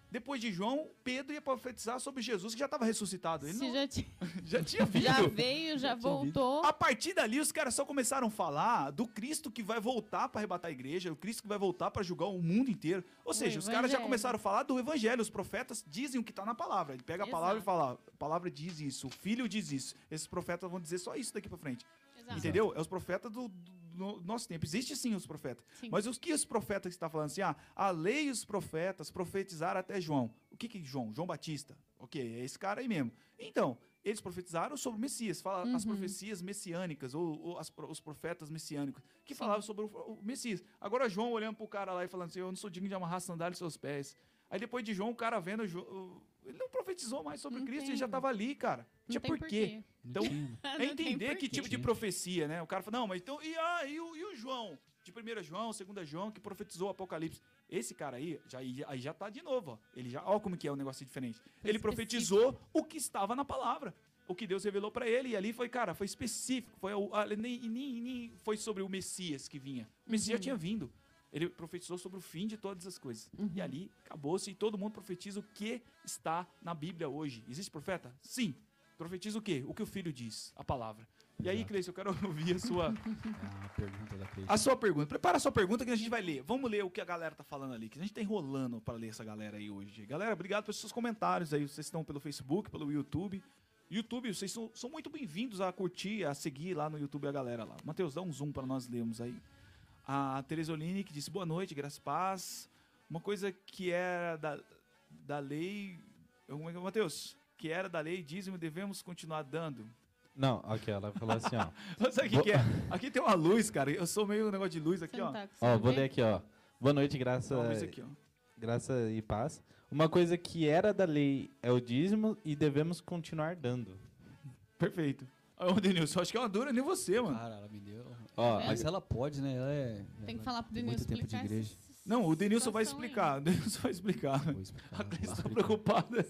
Depois de João, Pedro ia profetizar sobre Jesus, que já estava ressuscitado. Ele Se não, já, ti- já tinha vindo. já veio, já voltou. A partir dali, os caras só começaram a falar do Cristo que vai voltar para arrebatar a igreja, o Cristo que vai voltar para julgar o mundo inteiro. Ou seja, os caras já evangelho. começaram a falar do evangelho. Os profetas dizem o que está na palavra. Ele pega a palavra Exato. e fala, a palavra diz isso, o filho diz isso. Esses profetas vão dizer só isso daqui para frente. Exato. Entendeu? É os profetas do, do- do nosso tempo. Existe sim os profetas. Sim. Mas os que os profetas estão falando assim, ah, a lei e os profetas profetizaram até João. O que que é João? João Batista. Ok, é esse cara aí mesmo. Então, eles profetizaram sobre o Messias. Fala as Uhum. profecias messiânicas, ou, ou as pro- os profetas messiânicos, que Sim. falavam sobre o, o Messias. Agora João olhando pro cara lá e falando assim, eu não sou digno de amarrar sandália em seus pés. Aí depois de João, o cara vendo, Jo- o- ele não profetizou mais sobre Não Cristo, tem. ele já estava ali, cara. Não Tinha tem por quê? Então, Não tinha. é Não tem entender que porquê. tipo de profecia, né? O cara fala, não, mas então, e, ah, e, o, e o João? De primeira João, segunda João, que profetizou o Apocalipse. Esse cara aí, já, aí já tá de novo, ó. Ele já, ó como que é um negócio diferente. Foi Ele profetizou o que estava na palavra. O que Deus revelou pra ele. E ali foi, cara, foi específico. Foi, o- a- nem, nem, nem foi sobre o Messias que vinha. O Messias Uhum. tinha vindo. Ele profetizou sobre o fim de todas as coisas. Uhum. E ali acabou-se. E todo mundo profetiza o que está na Bíblia hoje. Existe profeta? Sim. Profetiza o quê? O que o filho diz, a palavra. E aí, Exato. Cleiton, eu quero ouvir a sua, É a pergunta da Cleiton. a sua pergunta. Prepara a sua pergunta que a gente vai ler. Vamos ler o que a galera tá falando ali, que a gente tá enrolando para ler essa galera aí hoje. Galera, obrigado pelos seus comentários aí. Vocês estão pelo Facebook, pelo YouTube. YouTube, vocês são, são muito bem-vindos a curtir, a seguir lá no YouTube a galera lá. Matheus, dá um zoom para nós lermos aí. A Teresa Oline, que disse boa noite, graças e paz. Uma coisa que era da, da lei... Como é que é, Matheus? Que era da lei, dízimo, devemos continuar dando. Não, ok, ela falou assim, ó. Sabe o que, que é? Aqui tem uma luz, cara. Eu sou meio um negócio de luz aqui, Você ó. não tá Ó, vou conseguindo ler ver? aqui, ó. Boa noite, graça, Tem uma luz aqui, ó. graça e paz. Uma coisa que era da lei é o dízimo e devemos continuar dando. Perfeito. Ô, Denilson, eu acho que ela dura nem você, mano. Cara, ela me deu. Ó, Mas ela pode, né? Ela é. Tem que ela falar pro tem Denilson muito tempo de explicar igreja. essa Não, o Denilson vai situação aí. explicar. O Denilson vai explicar. Vou explicar, A Cleice vou tá explicar. preocupada.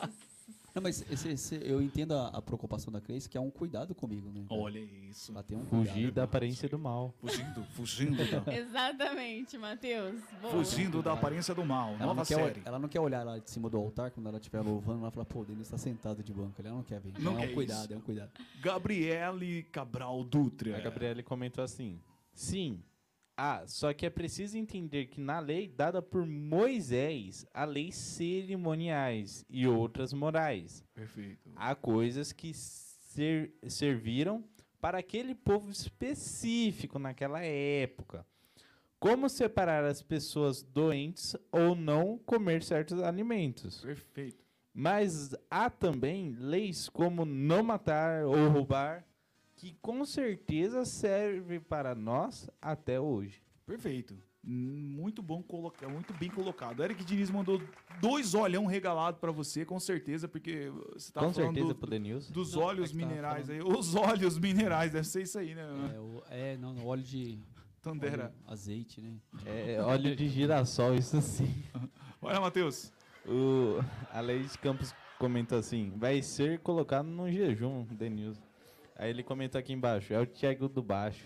Não, mas esse, esse- eu entendo a, a preocupação da Cleice, que é um cuidado comigo, né? Olha isso. Ela tem um fugir cuidado. da aparência do mal. Fugindo, fugindo da, Exatamente, Matheus. Boa. fugindo da aparência do mal. Ela Nova não, quer, ol- série. ela não quer olhar lá de cima do altar quando ela estiver louvando, ela fala, pô, o Denis tá sentado de banco ali. Ela não quer ver. Não é quer um isso. cuidado, é um cuidado. Gabriele Cabral Dutra. A Gabriele comentou assim: sim. Ah, só que é preciso entender que na lei dada por Moisés, há leis cerimoniais e outras morais. Perfeito. Há coisas que ser- serviram para aquele povo específico naquela época. Como separar as pessoas doentes ou não comer certos alimentos. Perfeito. Mas há também leis como não matar ou roubar, que com certeza serve para nós até hoje. Perfeito. Hum, Muito bom colocar, muito bem colocado. O Eric Diniz mandou dois olhão regalado pra você, com certeza, porque você tá com falando certeza, do- pro Denilson. dos Não, é óleos que tava minerais falando. aí. Os óleos minerais, deve ser isso aí, né? É, o- é, não, não, óleo de. Tandera. óleo- azeite, né? É óleo de girassol, isso sim. Olha, Matheus. O, a Leide Campos comentou assim: vai ser colocado num jejum, Denilson. Aí ele comentou aqui embaixo: é o Thiago do Baixo.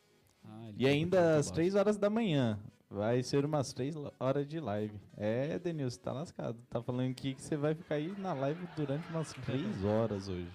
Ah, ele E tá ainda botando às por três horas da manhã. Vai ser umas três horas de live. É, Denilson, tá lascado. Tá falando aqui que você vai ficar aí na live durante umas três horas hoje.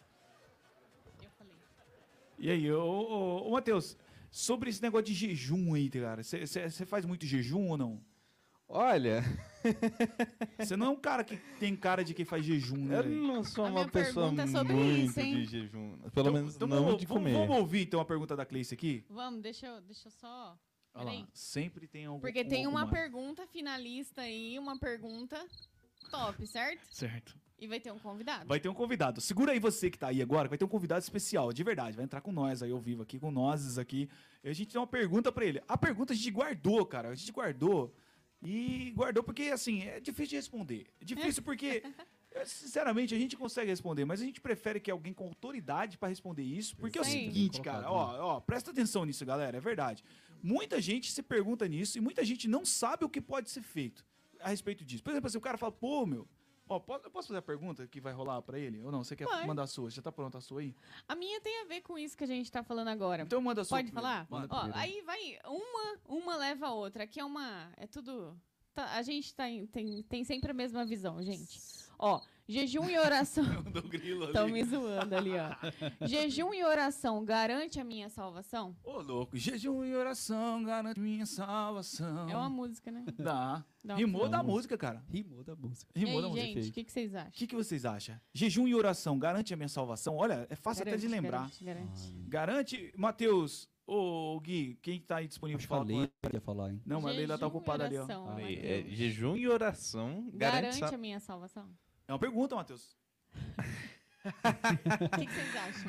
Eu falei. E aí, ô, ô, ô, Matheus, sobre esse negócio de jejum aí, cara, você faz muito jejum ou não? Olha, Você não é um cara que tem cara de quem faz jejum, né? eu velho? não sou A uma minha pessoa pergunta é sobre muito isso, hein? de jejum. Pelo Então- menos então não vamos, de vamos- comer. Vamos ouvir então a pergunta da Cleice aqui? Vamos, deixa eu, deixa eu só. Olha lá, Peraí. sempre tem algum. Porque tem alguma- uma pergunta finalista aí, uma pergunta top, certo? Certo. E vai ter um convidado. Vai ter um convidado. Segura aí você que tá aí agora, vai ter um convidado especial, de verdade. Vai entrar com nós aí ao vivo aqui, com nós aqui. E a gente tem uma pergunta pra ele. A pergunta a gente guardou, cara. A gente guardou. E guardou porque, assim, é difícil de responder. É difícil porque, é, sinceramente, a gente consegue responder, mas a gente prefere que alguém com autoridade pra responder isso. Porque é o Sim. seguinte, Bem cara, colocado, ó, ó, presta atenção nisso, galera, é verdade. Muita gente se pergunta nisso e muita gente não sabe o que pode ser feito a respeito disso. Por exemplo, assim, o cara fala, pô, meu, ó, posso, eu posso fazer a pergunta que vai rolar pra ele? Ou não? Você quer Vai. mandar a sua? Já tá pronta a sua aí? A minha tem a ver com isso que a gente tá falando agora. Então manda a sua. Pode primeiro. falar? Manda Ó, primeiro. aí vai, uma, uma leva a outra. Aqui é uma, é tudo tá- a gente tá em- tem, tem sempre a mesma visão, gente. Ó, jejum e oração. Do grilo Estão ali. me zoando ali, ó. Jejum e oração garante a minha salvação? Ô, louco. Jejum e oração garante minha salvação. É uma música, né? Dá. Dá uma Rimou música. da música, cara. Rimou da música. E Rimou aí, da música. gente, o que, que vocês acham? O que, que vocês acham? Jejum e oração garante a minha salvação? Olha, é fácil até de Garante, lembrar. Garante, garante. Garante, Matheus, ô Gui, quem tá aí disponível Acho que pra falar? a com Leila ela? ia falar, hein? Não, mas a Leila tá Jejum e ocupada ali, ó. oração, Aí, Mateus. é, jejum e oração garante, Garante sa- a minha salvação? É uma pergunta, Matheus. O que, que vocês acham?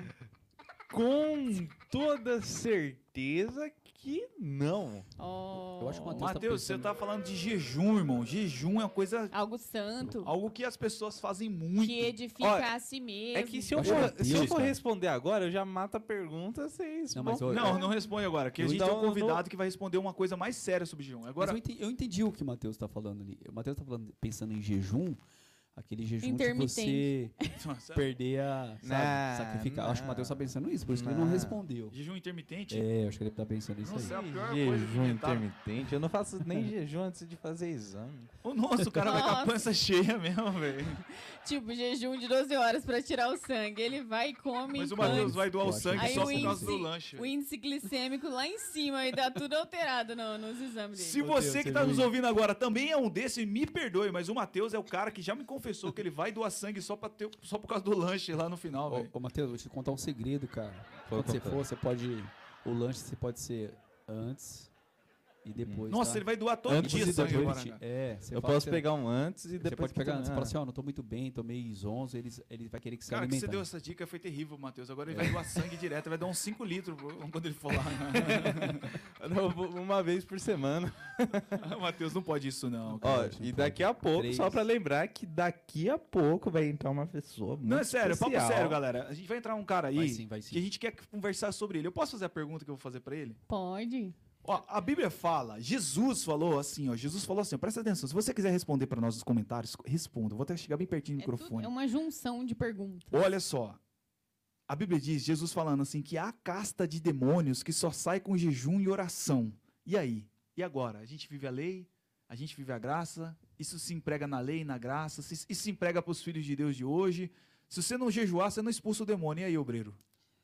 com toda certeza que não. Oh, Eu acho que o Matheus tá Matheus, você pensando- tá falando de jejum, irmão. Jejum é uma coisa, algo santo algo que as pessoas fazem muito. que edifica Olha, a si mesmo. É que se eu, Eu acho for, que é se eu Deus, for cara. responder agora, eu já mato a pergunta, vocês. Não, mas vão- eu- Não, não responde agora, que a Eu gente então tem um não- convidado que vai responder uma coisa mais séria sobre jejum. Mas Agora, eu entendi, eu entendi o que o Matheus tá falando ali. O Matheus tá falando, pensando em jejum, aquele jejum de você Nossa, perder a, sabe, Não, sacrificar. Acho que o Matheus tá não. pensando nisso, por isso que ele não Não. respondeu. jejum intermitente? É, acho que ele tá pensando nisso Nossa, é aí. a pior coisa que Jejum inventaram. intermitente. Eu não faço nem jejum antes de fazer exame. Ô, nossa, o cara vai com a Nossa. pança cheia mesmo, velho. Tipo, jejum de doze horas pra tirar o sangue. Ele vai e come. Mas o Matheus antes. vai doar o Eu acho sangue que- só Aí por o causa do índice- lanche. O índice glicêmico lá em cima e dá tudo alterado no- nos exames dele. Se Meu você Deus, que você tá viu nos isso? ouvindo agora também é um desse, me perdoe, mas o Matheus é o cara que já me confessou que ele vai doar sangue só, pra ter, só por causa do lanche lá no final, velho. Ô, ô Matheus, vou te contar um segredo, cara. Pode Quando você contar. for, você pode. O lanche você pode ser antes e depois. Nossa, tá? ele vai doar todo Antes dia e sangue depois. agora, Te- cara. É, você Eu fala posso que pegar um antes e Você, depois você pode pegar antes e também. falar assim, ó, não tô muito bem, tomei zonzo, ele, ele vai querer que você Cara, que alimente. você deu essa dica foi terrível, Matheus. Agora É. ele vai doar sangue direto, vai dar uns cinco litros quando ele for lá. Não, vou- uma vez por semana. O Matheus não pode isso, não. Ó, cara. não e pode. daqui a pouco, Três. só pra lembrar que daqui a pouco vai entrar uma pessoa muito Não, é sério, papo especial. sério, galera. A gente vai entrar um cara aí Vai sim, vai sim. que a gente quer conversar sobre ele. Eu posso fazer a pergunta que eu vou fazer pra ele? Pode. Ó, a Bíblia fala, Jesus falou assim, ó, Jesus falou assim, ó, presta atenção, se você quiser responder pra nós nos comentários, responda. Eu vou até chegar bem pertinho do É, tudo- microfone. é uma junção de perguntas. Olha só. A Bíblia diz, Jesus falando assim, que há casta de demônios que só sai com jejum e oração. E aí? E agora? A gente vive a lei? A gente vive a graça? Isso se emprega na lei e na graça? Se- Isso se emprega para os filhos de Deus de hoje? Se você não jejuar, você não expulsa o demônio. E aí, obreiro?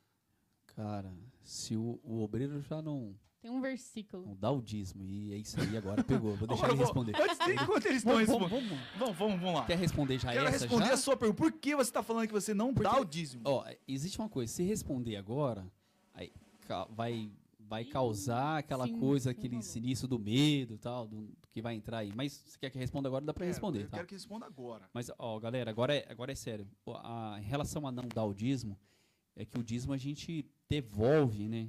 Cara, se o, o obreiro já não, Tem um versículo. não dá o dízimo, e é isso aí agora, pegou. Vou deixar Agora ele eu vou- responder. Antes de- Enquanto eles estão Vamos, respondendo. vamos, vamos. Vamos, vamos, vamos lá. Quer responder já Quero essa responder já? a sua pergunta. Por que você está falando que você não Porque- dá o dízimo? Ó, existe uma coisa, se responder agora, aí ca- vai, vai causar aquela Sim, coisa, sim, aquele falou. início do medo e tal, do, do que vai entrar aí. Mas você quer que responda agora, dá pra Quero, responder, Eu tá? quero que responda agora. Mas, ó, galera, agora é, agora é sério. O- A, em relação a não dar o dízimo, é que o dízimo a gente devolve, né?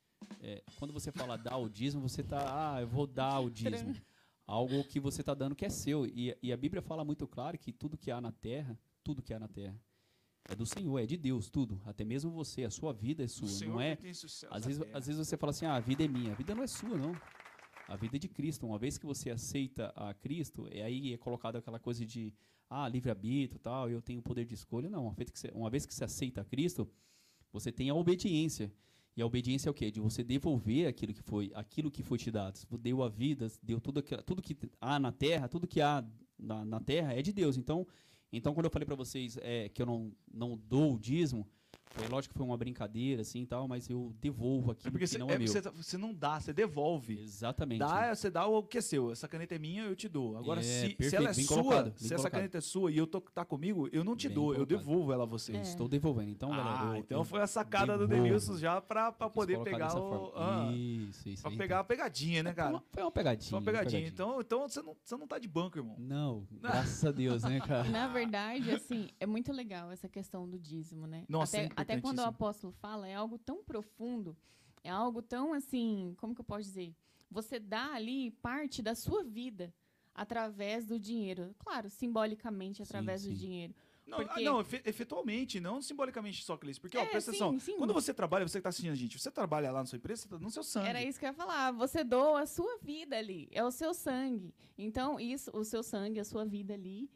É, quando você fala dar o dízimo, você tá, ah, eu vou dar o dízimo. Algo que você tá dando que é seu. E, e a Bíblia fala muito claro que tudo que há na terra, tudo que há na terra, é do Senhor, é de Deus, tudo. Até mesmo você, a sua vida é sua, O Senhor não é? pertence os céus Às à vezes, terra. às vezes você fala assim, ah, a vida é minha. A vida não é sua, não. A vida é de Cristo. Uma vez que você aceita a Cristo, é aí é colocado aquela coisa de, ah, livre-arbítrio e tal, eu tenho poder de escolha. Não, uma vez, que você, uma vez que você aceita a Cristo, você tem a obediência. E a obediência é o quê? De você devolver aquilo que foi, aquilo que foi te dado. Você deu a vida, deu tudo, aquilo, tudo que há na terra, tudo que há na, na terra é de Deus. Então, então quando eu falei para vocês é, que eu não, não dou o dízimo, foi lógico que foi uma brincadeira assim e tal, mas eu devolvo É aquilo porque que você, não é é, meu. você, tá- você não dá, você devolve. Exatamente. Dá, você dá o que é seu. Essa caneta é minha, eu te dou. Agora, É, se, se perfeito, ela é bem sua, colocado, bem se essa colocado. caneta é sua e eu tô, tá comigo, eu não te Bem dou, eu colocado. devolvo ela a você. É. Estou devolvendo. Então, galera. Ah, eu- então eu foi a sacada do devolvo. Denilson já pra, pra quis poder colocar pegar dessa o. forma. Ah, Isso, isso. pra aí, pegar a pegadinha, né, então. Foi cara? uma- Foi uma pegadinha. Foi uma pegadinha. Então, então você, não, você não tá de banco, irmão. Não, graças a Deus, né, cara? Na verdade, assim, é muito legal essa questão do dízimo, né? Nossa, até, é até quando o importantíssimo. apóstolo fala, é algo tão profundo, é algo tão assim, como que eu posso dizer? Você dá ali parte da sua vida através do dinheiro. Claro, simbolicamente Sim, através do sim. dinheiro. Não, Porque- ah, não efe- efetualmente, não simbolicamente só, Cleiton. Porque, ó, É, presta sim, atenção. sim. Quando você trabalha, você que tá assistindo a gente, você trabalha lá na sua empresa, você tá no seu sangue. Era isso que eu ia falar. Você doa a sua vida ali. É o seu sangue. Então, isso, o seu sangue, a sua vida ali,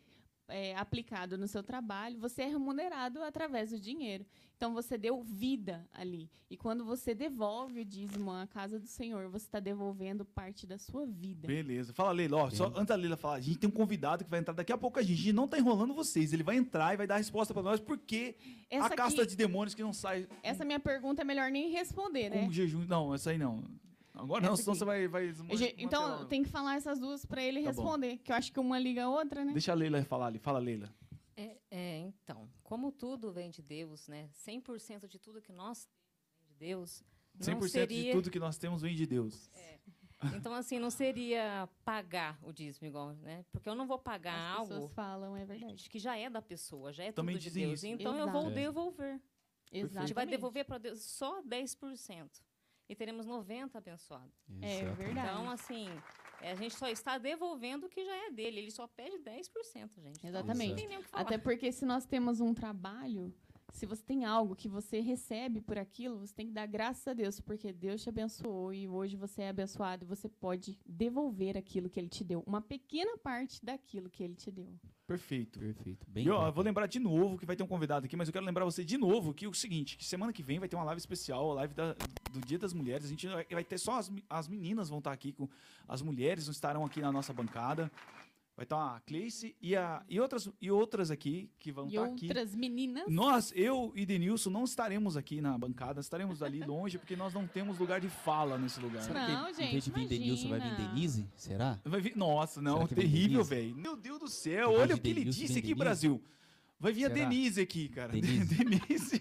é, aplicado no seu trabalho, você é remunerado através do dinheiro. Então, você deu vida ali. E quando você devolve o dízimo à casa do Senhor, você está devolvendo parte da sua vida. Beleza. Fala, Leila. Ó, só antes da Leila falar, a gente tem um convidado que vai entrar daqui a pouco a gente. A gente não tá enrolando vocês. Ele vai entrar e vai dar a resposta pra nós porque Essa a casta aqui- de demônios que não sai Essa minha pergunta é melhor nem responder, né? com jejum. Não, essa aí não. Agora não, Essa senão aqui. você vai... vai Eu já- Então, tem que falar essas duas para ele Tá bom. responder, que eu acho que uma liga a outra, né? Deixa a Leila falar ali. Fala, Leila. É, é, então, como tudo vem de Deus, né? cem por cento de tudo que nós temos vem de Deus. cem Não por cento seria, de tudo que nós temos vem de Deus. Então, assim, não seria pagar o dízimo igual, né? Porque eu não vou pagar As algo pessoas falam, é verdade. que já é da pessoa, já é Também tudo de dizem Deus. isso. Então, eu vou Exato. É. devolver. A gente vai Exatamente. devolver para Deus só dez por cento. E teremos noventa abençoados. É Exato. verdade. Então, assim, é, a gente só está devolvendo o que já é dele. Ele só pede dez por cento, gente. Então, Exatamente. não tem nem o que falar. Até porque se nós temos um trabalho, se você tem algo que você recebe por aquilo, você tem que dar graças a Deus, porque Deus te abençoou e hoje você é abençoado e você pode devolver aquilo que ele te deu, uma pequena parte daquilo que ele te deu. Perfeito. Perfeito. Bem E ó, eu colocado. vou lembrar de novo que vai ter um convidado aqui, mas eu quero lembrar você de novo que o seguinte, que semana que vem vai ter uma live especial, a live da- do Dia das Mulheres. A gente vai vai ter só as, mi- as meninas vão estar aqui, com as mulheres não estarão aqui na nossa bancada. Vai estar a Cleice e, a, e, outras, e outras aqui que vão E estar aqui. outras meninas, Nós, eu e Denilson, não estaremos aqui na bancada, estaremos ali longe, porque nós não temos lugar de fala nesse lugar. Será Não, que em gente, vez de vir Denilson vai vir imagina. Denise? Será? Vai vir, nossa, não, Será que vem terrível, Denise? velho. Meu Deus do céu, Em vez olha de o que ele Denilson, disse vem aqui, Denise? Brasil. Vai vir a Será? Denise aqui, cara. Denise? Denise.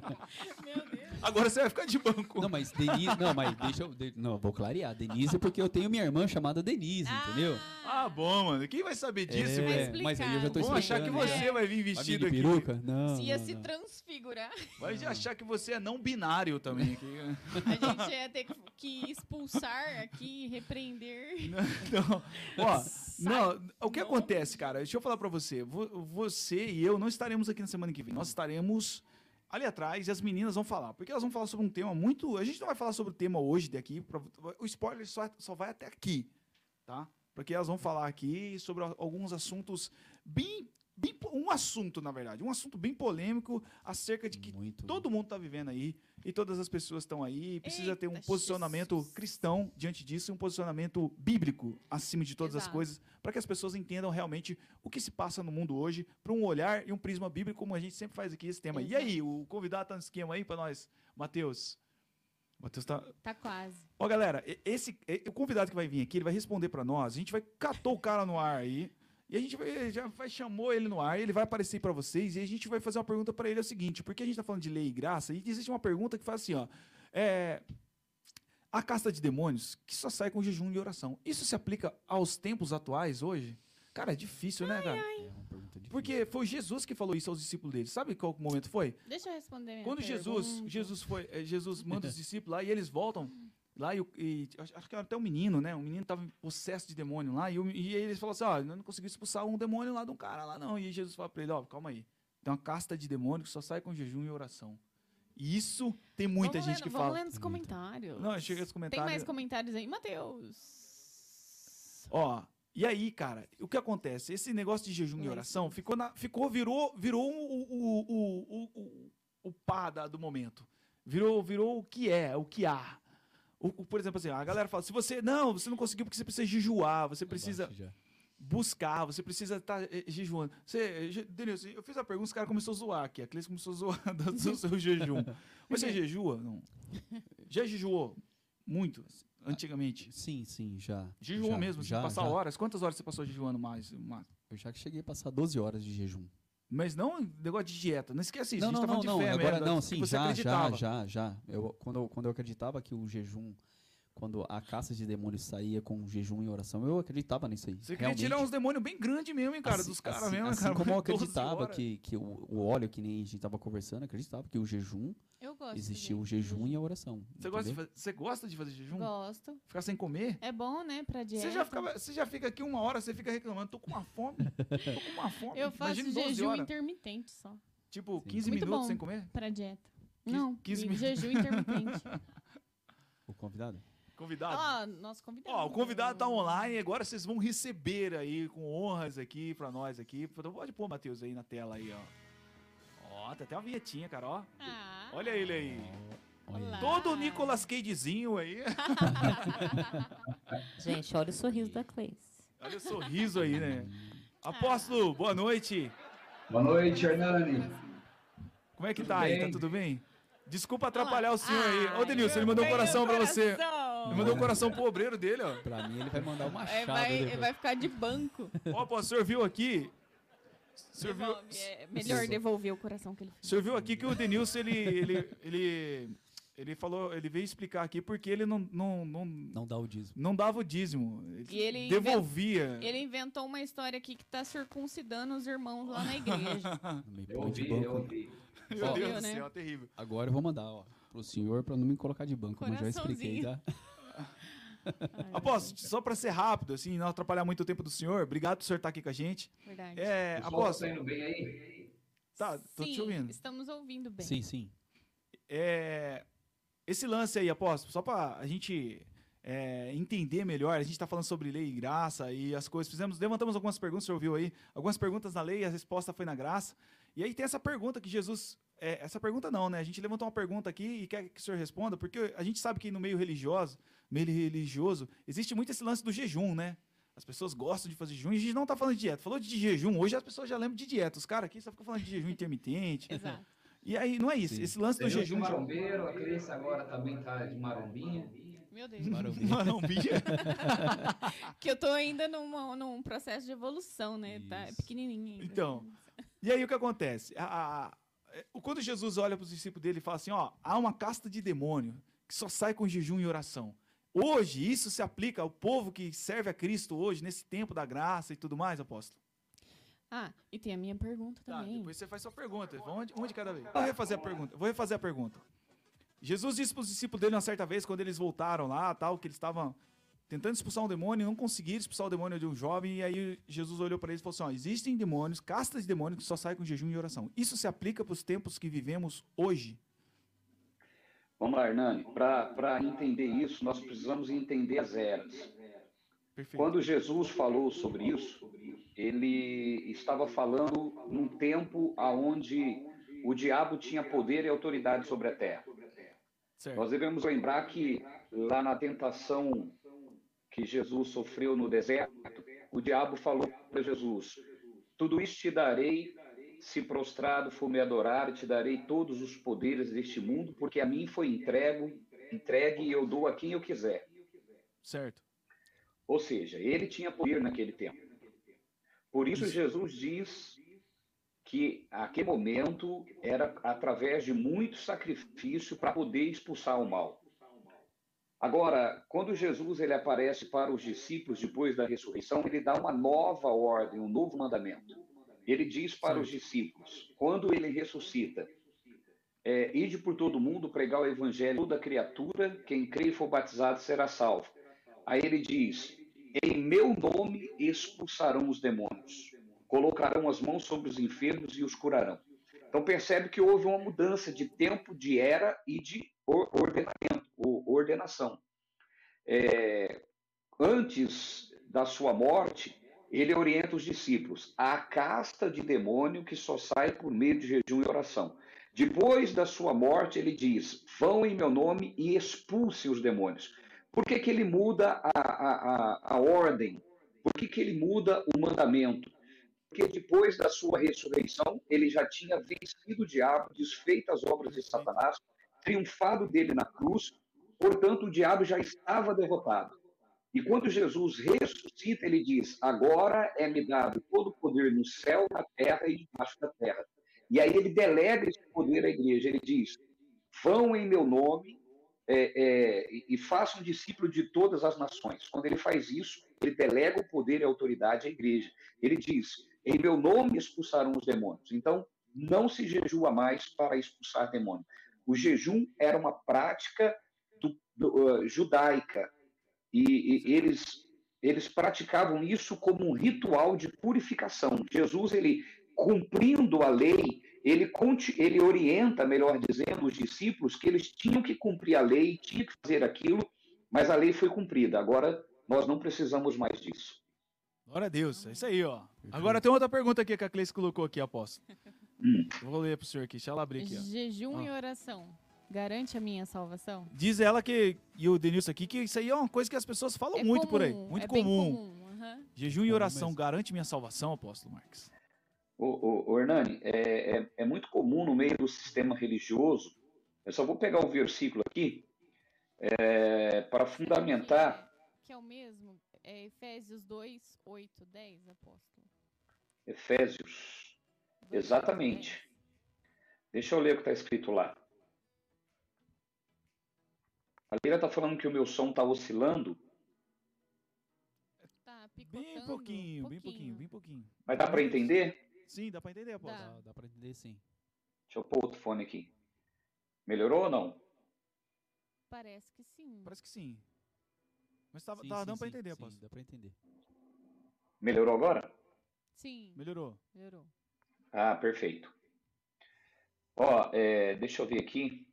Meu Deus. Agora você vai ficar de banco. Não, mas Denise. Não, mas deixa eu. de- não, vou clarear. Denise é porque eu tenho minha irmã chamada Denise, entendeu? Ah, bom, mano. Quem vai saber disso, É, velho? mas aí eu já tô Vão achar que explicando, você né? vai vir Vai vir vestido de aqui. peruca? Não. Se ia não, se não. transfigurar, Vai achar que você é não binário também. aqui. a gente ia ter que- que expulsar aqui, repreender. Não, ó, não, o que acontece, cara? Deixa eu falar pra você. Vo- Você e eu não estaremos aqui na semana que vem. Nós estaremos ali atrás e as meninas vão falar. Porque elas vão falar sobre um tema muito... A gente não vai falar sobre o tema hoje daqui. pra- O spoiler só, só vai até aqui, tá? Porque elas vão falar aqui sobre a- alguns assuntos bem... bem po- um assunto, na verdade. Um assunto bem polêmico acerca de que Muito. todo mundo está vivendo aí e todas as pessoas estão aí. Precisa ter um Eita, posicionamento Jesus. cristão diante disso e um posicionamento bíblico acima de todas as Exato. coisas, para que as pessoas entendam realmente o que se passa no mundo hoje, para um olhar e um prisma bíblico, como a gente sempre faz aqui esse tema. E Exato. aí, o convidado tá no esquema aí para nós, Matheus. Matheus tá. Tá quase. Ó, galera, e- esse e- o convidado que vai vir aqui, ele vai responder para nós. A gente vai catou o cara no ar aí. E a gente vai, já vai chamou ele no ar, ele vai aparecer para vocês e a gente vai fazer uma pergunta para ele, é o seguinte, porque a gente tá falando de lei e graça, e existe uma pergunta que faz assim, ó, é, a casta de demônios que só sai com jejum e oração. Isso se aplica aos tempos atuais hoje? Cara, é difícil, né, cara? É uma pergunta difícil. Porque foi Jesus que falou isso aos discípulos dele. Sabe qual momento foi? Deixa eu responder minha Quando Jesus, pergunta. Jesus foi, eh, Jesus manda os discípulos lá e eles voltam lá e, o- e acho acho que era até um menino, né? Um menino estava possesso de demônio lá e, o- e eles falaram assim, ó, eu não consegui expulsar um demônio lá de um cara lá não. E Jesus fala para ele, ó, calma aí. Tem uma casta de demônio que só sai com jejum e oração. E isso tem muita Vamos gente lendo- que vamos fala. lendo os comentários. Não, chega esse Tem comentário. mais comentários aí. Matheus. Ó, e aí, cara, o que acontece? Esse negócio de jejum e Lê. oração ficou, na, ficou virou, virou o, o, o, o, o, o pá da- do momento. Virou, virou o que é, o que há. O, o- por exemplo, assim, a galera fala, se você, não, você não conseguiu porque você precisa jejuar, você precisa Abaixo já. buscar, você precisa estar eh, jejuando. Você, je- Denilson, eu fiz a pergunta, os caras começaram a zoar aqui, a Cleice começou a zoar do seu, seu jejum. Mas você jejua? Não. Já jejuou? Muito, antigamente. Sim, sim, já. Jejuou já, mesmo, assim, já, passar já. horas? Quantas horas você passou jejuando mais? mais? Eu já que cheguei a passar doze horas de jejum. Mas não negócio de dieta. Não esquece isso. Não, a gente não, tá não, falando não. de fé Agora, mesmo, não, que sim, você já, acreditava. já, já, já. Eu, quando, eu, quando eu acreditava que o jejum, quando a caça de demônios saía com jejum e oração, eu acreditava nisso aí. Você queria realmente. tirar uns demônios bem grandes mesmo, hein, cara, Assim- dos caras assim- mesmo, assim cara. como eu doze acreditava horas. que, que o, o óleo, que nem a gente tava conversando, eu acreditava que o jejum, Eu gosto. existia de- o jejum e a oração. Você gosta, de entendeu? fazer, você gosta de fazer jejum? Gosto. Ficar sem comer? É bom, né, pra dieta. Você já, ficava- você já fica aqui uma hora, você fica reclamando, tô com uma fome. Tô com uma fome. Eu faço Imagina doze jejum horas. intermitente só, Tipo, Sim. quinze Muito minutos bom. sem comer? pra dieta. Quinze- Não, quinze e minutos. jejum intermitente. O convidado? Convidado? Ah, nosso convidado. Ó, o convidado tá online, agora vocês vão receber aí com honras aqui pra nós aqui. Então pode pôr, Matheus, aí na tela aí, ó. Ó, tá até uma vinhetinha, cara, ó. Ah, Olha ele aí. olá. Todo o Nicolas Cagezinho aí. Gente, olha o sorriso da Cleice. Olha o sorriso aí, né? Apóstolo, boa noite. Boa noite, Hernani. Como é que Tudo tá aí? bem? Tá tudo bem? Desculpa atrapalhar o senhor aí. Ô, Ai, Denilson, ele meu mandou um bem, coração meu pra você. coração. Ele mandou um coração pro obreiro dele, ó. Pra mim, ele vai mandar uma É, chave. vai, depois. vai ficar de banco. Ó, apóstolo, o senhor viu aqui? O senhor viu, Devolve, é melhor devolver o coração que ele o fez. senhor viu aqui que o Denilson, ele, ele, ele, ele falou, ele veio explicar aqui porque ele não, não, não, Não dá o dízimo. não dava o dízimo. Ele, E ele devolvia. Ele inventou uma história aqui que tá circuncidando os irmãos lá na igreja. No meio Eu pão de ouvi, banco. eu ouvi. Meu Ó, Deus viu, do né? céu, terrível. Agora eu vou mandar, ó, pro senhor pra não me colocar de banco, como eu já expliquei, tá? Apóstolo, só pra ser rápido, assim, não atrapalhar muito o tempo do senhor, obrigado por o senhor estar aqui com a gente. Verdade. É, O som tá apóstolo, saindo bem aí? tá, tô sim, te ouvindo. estamos ouvindo bem. Sim, sim. É, esse lance aí, apóstolo, só pra a gente é, entender melhor, a gente tá falando sobre lei e graça e as coisas, fizemos, levantamos algumas perguntas, o senhor ouviu aí, algumas perguntas na lei e a resposta foi na graça. E aí tem essa pergunta que Jesus, é, essa pergunta não, né? A gente levantou uma pergunta aqui e quer que o senhor responda, porque a gente sabe que no meio religioso, meio religioso, existe muito esse lance do jejum, né? As pessoas gostam de fazer jejum e a gente não tá falando de dieta. Falou de jejum, hoje as pessoas já lembram de dieta. Os caras aqui só ficam falando de jejum intermitente. Exato. E aí, não é isso. Sim. Esse lance do Tem jejum... de marombeiro, a Cleice agora também tá de marombinha. Meu Deus. Maravilha. Marombinha. Que eu tô ainda numa, num processo de evolução, né? Tá Isso. pequenininho ainda. Então, e aí o que acontece? A, a, a- quando Jesus olha para os discípulos dele e fala assim, ó, há uma casta de demônio que só sai com jejum e oração. Hoje, isso se aplica ao povo que serve a Cristo hoje, nesse tempo da graça e tudo mais, apóstolo? Ah, e tem a minha pergunta Tá, também. depois você faz sua pergunta. Onde, onde cada vez? Vou refazer a pergunta. Vou refazer a pergunta. Jesus disse para os discípulos dele uma certa vez, quando eles voltaram lá, tal, que eles estavam tentando expulsar um demônio, e não conseguiram expulsar o demônio de um jovem, e aí Jesus olhou para eles e falou assim, ó, existem demônios, castas de demônios que só saem com jejum e oração. Isso se aplica para os tempos que vivemos hoje? Vamos lá, Hernani. Para entender isso, nós precisamos entender as eras. Perfeito. Quando Jesus falou sobre isso, ele estava falando num tempo onde o diabo tinha poder e autoridade sobre a terra. Certo. Nós devemos lembrar que lá na tentação que Jesus sofreu no deserto, o diabo falou para Jesus, tudo isso te darei, se prostrado for me adorar, te darei todos os poderes deste mundo, porque a mim foi entregue, entregue e eu dou a quem eu quiser. Certo. Ou seja, ele tinha poder naquele tempo. Por isso Jesus diz que aquele momento era através de muito sacrifício para poder expulsar o mal. Agora, quando Jesus ele aparece para os discípulos depois da ressurreição, ele dá uma nova ordem, um novo mandamento. Ele diz para os discípulos, quando ele ressuscita, é, ide por todo mundo, pregar o evangelho a toda criatura, quem crê e for batizado será salvo. Aí ele diz, em meu nome expulsarão os demônios, colocarão as mãos sobre os enfermos e os curarão. Então percebe que houve uma mudança de tempo, de era e de ordenamento, ou ordenação. É, antes da sua morte, ele orienta os discípulos, a casta de demônio que só sai por meio de jejum e oração. Depois da sua morte, ele diz, vão em meu nome e expulse os demônios. Por que que ele muda a, a, a, a ordem? Por que que ele muda o mandamento? Porque depois da sua ressurreição, ele já tinha vencido o diabo, desfeito as obras de Satanás, triunfado dele na cruz, portanto o diabo já estava derrotado. E quando Jesus ressuscita, ele diz, agora é-me dado todo o poder no céu, na terra e debaixo da terra. E aí ele delega esse poder à igreja, ele diz, vão em meu nome é, é, e façam discípulo de todas as nações. Quando ele faz isso, ele delega o poder e a autoridade à igreja. Ele diz, em meu nome expulsarão os demônios. Então, não se jejua mais para expulsar demônios. O jejum era uma prática do, do, uh, judaica, e, e eles, eles praticavam isso como um ritual de purificação. Jesus, ele cumprindo a lei, ele, ele orienta, melhor dizendo, os discípulos que eles tinham que cumprir a lei, tinham que fazer aquilo mas a lei foi cumprida. Agora nós não precisamos mais disso. Glória a Deus, é isso aí, ó. Agora tem outra pergunta aqui que a Cleice colocou aqui, apóstolo. Hum. Eu vou ler pro senhor aqui, deixa ela abrir aqui, ó. Jejum Ah. e oração garante a minha salvação? Diz ela que, e o Denilson aqui, que isso aí é uma coisa que as pessoas falam É muito por aí. comum, Muito é bem comum. comum, aham. Jejum e Comum oração mesmo. garante minha salvação, apóstolo Marques? O, o, o Hernani, é, é, é muito comum no meio do sistema religioso, eu só vou pegar o versículo aqui, é, para fundamentar, Que é o mesmo, é Efésios dois, oito, dez, apóstolo. Efésios, dois, exatamente. oito, Deixa eu ler o que está escrito lá. A Lira está falando que o meu som está oscilando, dez. Tá picotando. Bem pouquinho, bem pouquinho, bem pouquinho. mas dá para entender? Sim, dá pra entender, apóstolo. Dá. Dá, dá pra entender sim. Deixa eu pôr outro fone aqui. Melhorou ou não? Parece que sim. Parece que sim. Mas tava, Sim, tava sim, dando pra sim, entender, sim, apóstolo. dá pra entender. Melhorou agora? Sim, Melhorou. melhorou. Ah, perfeito. Ó, é, deixa eu ver aqui.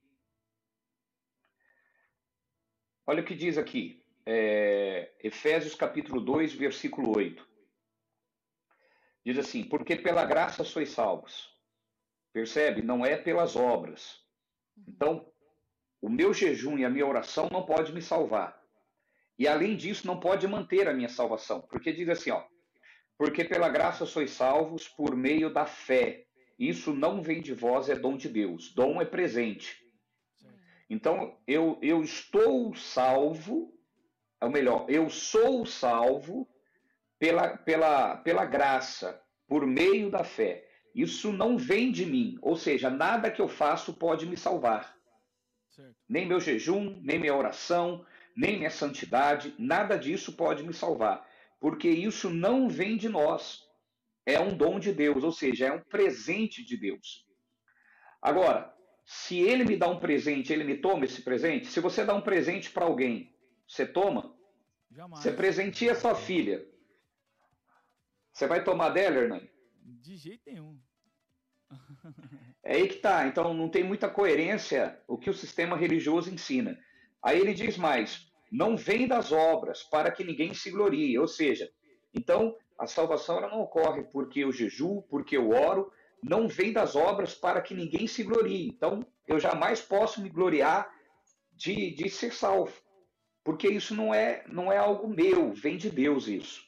Olha o que diz aqui. É, Efésios capítulo dois, versículo oito. Diz assim, porque pela graça sois salvos. Percebe? Não é pelas obras. Então, o meu jejum e a minha oração não pode me salvar. E além disso, não pode manter a minha salvação. Porque diz assim, ó, porque pela graça sois salvos por meio da fé. Isso não vem de vós, é dom de Deus. Dom é presente. Então, eu, eu estou salvo, ou melhor, eu sou salvo pela, pela, pela graça, por meio da fé. Isso não vem de mim, ou seja, nada que eu faço pode me salvar. Certo. Nem meu jejum, nem minha oração, nem minha santidade, nada disso pode me salvar, porque isso não vem de nós. É um dom de Deus, ou seja, é um presente de Deus. Agora, se ele me dá um presente, ele me toma esse presente? Se você dá um presente para alguém, você toma? Jamais. Você presenteia sua filha. Você vai tomar dela, Hernani? De jeito nenhum. É aí que tá. Então não tem muita coerência o que o sistema religioso ensina. Aí ele diz mais, não vem das obras para que ninguém se glorie. Ou seja, então a salvação ela não ocorre porque eu jejuo, porque eu oro, não vem das obras para que ninguém se glorie. Então eu jamais posso me gloriar de, de ser salvo. Porque isso não é, não é algo meu, vem de Deus isso.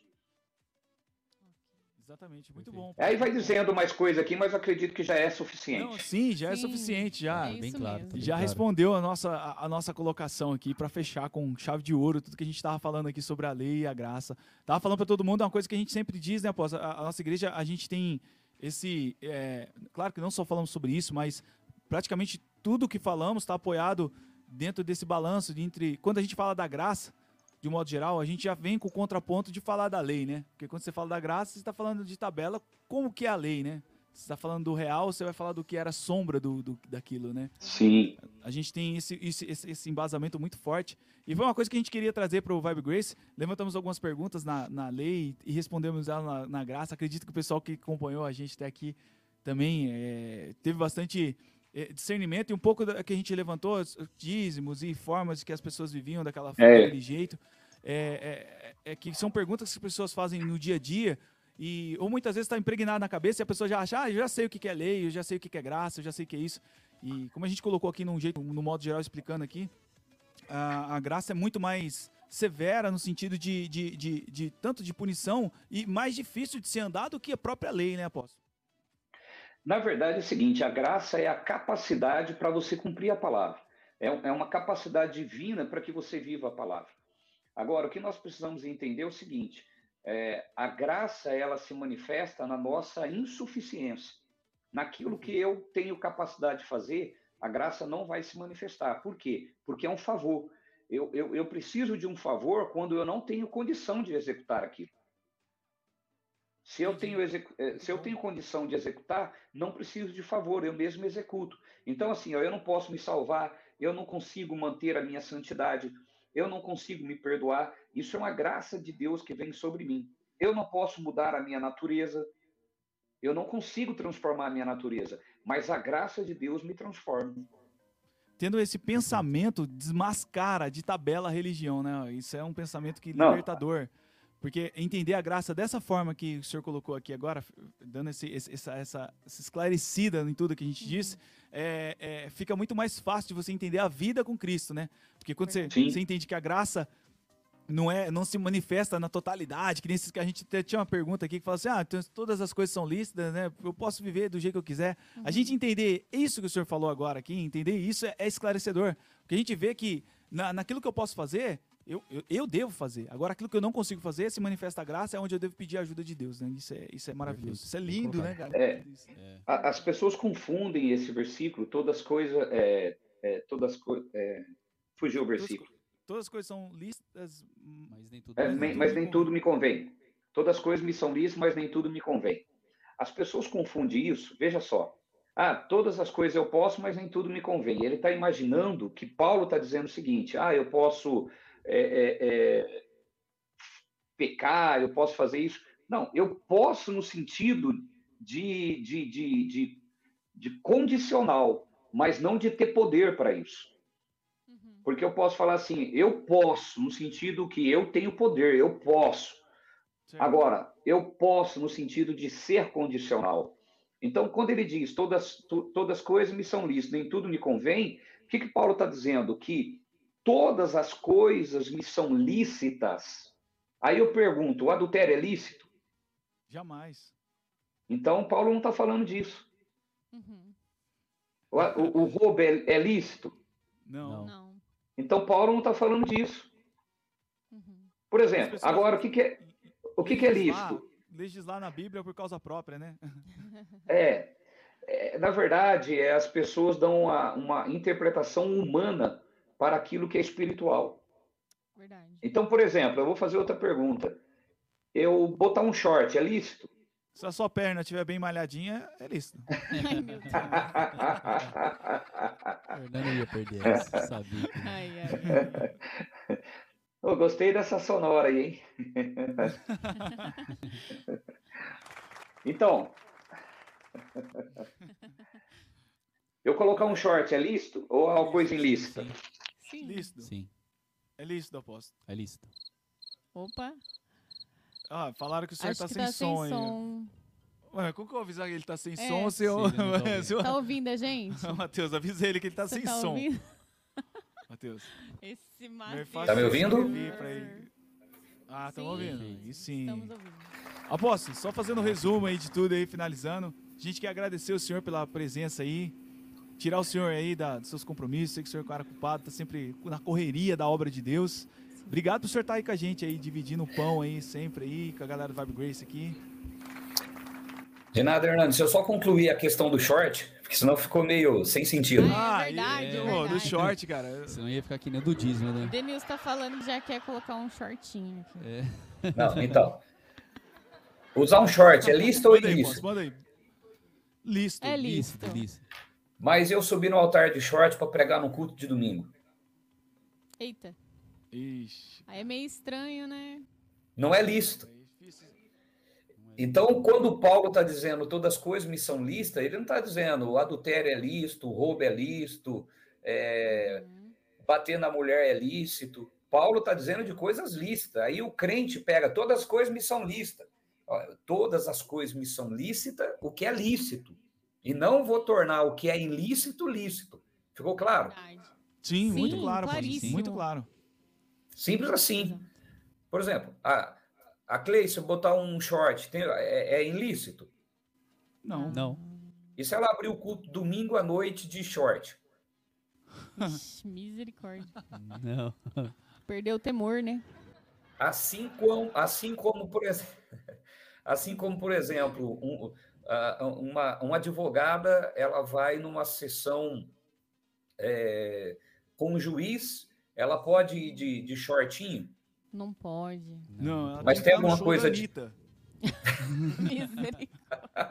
Exatamente, muito bom. Aí vai muito bom. dizendo mais coisa aqui, mas eu acredito que já é suficiente. Não, sim, já é Sim, suficiente, já. é bem isso claro, mesmo. tá bem Já claro. respondeu a nossa, a, a nossa colocação aqui para fechar com chave de ouro tudo que a gente estava falando aqui sobre a lei e a graça. Tava falando para todo mundo, é uma coisa que a gente sempre diz, né, após a, a nossa igreja, a gente tem esse, é, claro que não só falamos sobre isso, mas praticamente tudo que falamos está apoiado dentro desse balanço de entre quando a gente fala da graça, de um modo geral, a gente já vem com o contraponto de falar da lei, né? Porque quando você fala da graça, você está falando de tabela, como que é a lei, né? Você está falando do real, você vai falar do que era sombra do, do, daquilo, né? Sim. A gente tem esse, esse, esse, esse embasamento muito forte. E foi uma coisa que a gente queria trazer para o Vibe Grace. Levantamos algumas perguntas na, na lei e respondemos ela na, na graça. Acredito que o pessoal que acompanhou a gente até aqui também é, teve bastante é, discernimento e um pouco da, que a gente levantou, os dízimos e formas que as pessoas viviam daquela, É. daquele jeito. É, é, é que são perguntas que as pessoas fazem no dia a dia e ou muitas vezes está impregnado na cabeça e a pessoa já acha, ah, eu já sei o que que é lei, eu já sei o que que é graça, eu já sei o que é isso. E como a gente colocou aqui num jeito, no modo geral explicando aqui, a, a graça é muito mais severa no sentido de, de, de, de tanto de punição e mais difícil de ser andado do que a própria lei, né, apóstolo? Na verdade é o seguinte, a graça é a capacidade para você cumprir a palavra. É, é uma capacidade divina para que você viva a palavra. Agora, o que nós precisamos entender é o seguinte, é, a graça ela se manifesta na nossa insuficiência. Naquilo que eu tenho capacidade de fazer, a graça não vai se manifestar. Por quê? Porque é um favor. Eu, eu, eu preciso de um favor quando eu não tenho condição de executar aquilo. Se eu, tenho execu... Se eu tenho condição de executar, não preciso de favor, eu mesmo executo. Então, assim, ó, eu não posso me salvar, eu não consigo manter a minha santidade, eu não consigo me perdoar. Isso é uma graça de Deus que vem sobre mim. Eu não posso mudar a minha natureza, eu não consigo transformar a minha natureza, mas a graça de Deus me transforma. tendo esse pensamento, desmascara de tabela a religião, né? Isso é um pensamento que Não. libertador. Porque entender a graça dessa forma que o senhor colocou aqui agora, dando esse, esse, essa, essa, essa esclarecida em tudo que a gente disse, é, é, fica muito mais fácil de você entender a vida com Cristo, né? Porque quando você, Sim. você entende que a graça não, é, não se manifesta na totalidade, que nem esses que a gente até tinha uma pergunta aqui que fala assim, ah, então, todas as coisas são lícitas, né? Eu posso viver do jeito que eu quiser. Uhum. A gente entender isso que o senhor falou agora aqui, entender isso é, é esclarecedor. Porque a gente vê que na, naquilo que eu posso fazer, eu, eu, eu devo fazer. Agora, aquilo que eu não consigo fazer, se manifesta a graça, é onde eu devo pedir a ajuda de Deus, né? Isso é, isso é maravilhoso. Isso é lindo, né, cara? É, a- as pessoas confundem esse versículo, todas as coisas, é, é, todas co é, fugiu o versículo. Todas as coisas são lícitas, Mas nem tudo. É, nem- mas nem tudo me convém. Todas as coisas me são lícitas, mas nem tudo me convém. As pessoas confundem isso, veja só. Ah, todas as coisas eu posso, mas nem tudo me convém. Ele está imaginando que Paulo está dizendo o seguinte, ah, eu posso é, é, é, pecar, eu posso fazer isso. Não, eu posso no sentido de, de, de, de, de condicional, mas não de ter poder para isso. Porque eu posso falar assim, eu posso, no sentido que eu tenho poder, eu posso. certo? Agora, eu posso no sentido de ser condicional. Então, quando ele diz, todas, tu, todas as coisas me são lícitas, nem tudo me convém, o que, que Paulo está dizendo? Que todas as coisas me são lícitas. Aí eu pergunto, o adultério é lícito? Jamais. Então, Paulo não está falando disso. Uhum. O, o, o roubo é, é lícito? Não. Não. Não. Então, Paulo não está falando disso. Uhum. Por As exemplo, pessoas agora, o que, que, é, o que, que é legislar- lícito? Legislar na Bíblia por causa própria, né? É, é, na verdade, é, as pessoas dão uma, uma interpretação humana para aquilo que é espiritual. Verdade. Então, por exemplo, eu vou fazer outra pergunta. Eu botar um short é lícito? Se a sua perna estiver bem malhadinha, é lícito. Ai, meu Deus. Fernando ia perder essa, sabia. Ai, ai, ai. Eu gostei dessa sonora aí, hein? Então, eu colocar um short é lícito ou é uma coisa ilícita? Sim, Sim. Lícito. sim, É lícito, aposto. é lícito. Opa. Ah, falaram que o senhor Acho tá que sem tá som sem aí. som. Ué, como que eu vou avisar que ele tá sem É. som se eu... Se ele não tá ouvindo. se eu- Tá ouvindo a gente? Matheus, avisa ele que ele tá Você sem tá som. ouvindo? Matheus. Esse não é Matheus. fácil Tá me ouvindo? escrever pra ele. Ah, estamos Sim. ouvindo. E sim. Estamos ouvindo. Aposto, só fazendo um resumo aí de tudo aí, finalizando. A gente quer agradecer o senhor pela presença aí. Tirar o senhor aí da, dos seus compromissos. Sei que o senhor é um cara ocupado, tá sempre na correria da obra de Deus. Obrigado por o senhor estar aí com a gente aí, dividindo o pão aí, sempre aí, com a galera do Vibe Grace aqui. De nada, Hernando. Se eu só concluir a questão do short, porque senão ficou meio sem sentido. Ah, é verdade, e- é pô, do verdade. short, cara. Senão ia ficar que nem o do Disney, né? Denilson tá falando que já quer colocar um shortinho aqui. É. Não, então. Usar um short é lícito ou Manda aí, Ponce, ilícito? manda aí. Listo. É Lícito, lícito. lícito. Mas eu subi no altar de short para pregar no culto de domingo. Eita. Ixi. Aí é meio estranho, né? Não é lícito. É difícil. Então, quando o Paulo está dizendo todas as coisas me são lícitas, ele não está dizendo o adultério é lícito, o roubo é lícito, é, Uhum. bater na mulher é lícito. Paulo está dizendo de coisas lícitas. Aí o crente pega todas as coisas me são lícitas. Ó, todas as coisas me são lícitas, o que é lícito. E não vou tornar o que é ilícito, lícito. Ficou claro? Verdade. Sim, muito Sim, claro, Ponce, claríssimo. muito claro. Simples assim. Por exemplo, a, a Cleice botar um short tem- é, é ilícito. Não. Não. E se ela abrir o culto domingo à noite de short? Ixi, misericórdia. Não. Perdeu o temor, né? Assim como, assim como, por, ex- assim como, por exemplo, um, ah, uma, uma advogada ela vai numa sessão é, com um juiz, ela pode ir de, de shortinho? Não pode. Não, ela Mas que tem estar no alguma show coisa da de- Anitta. Misericórdia.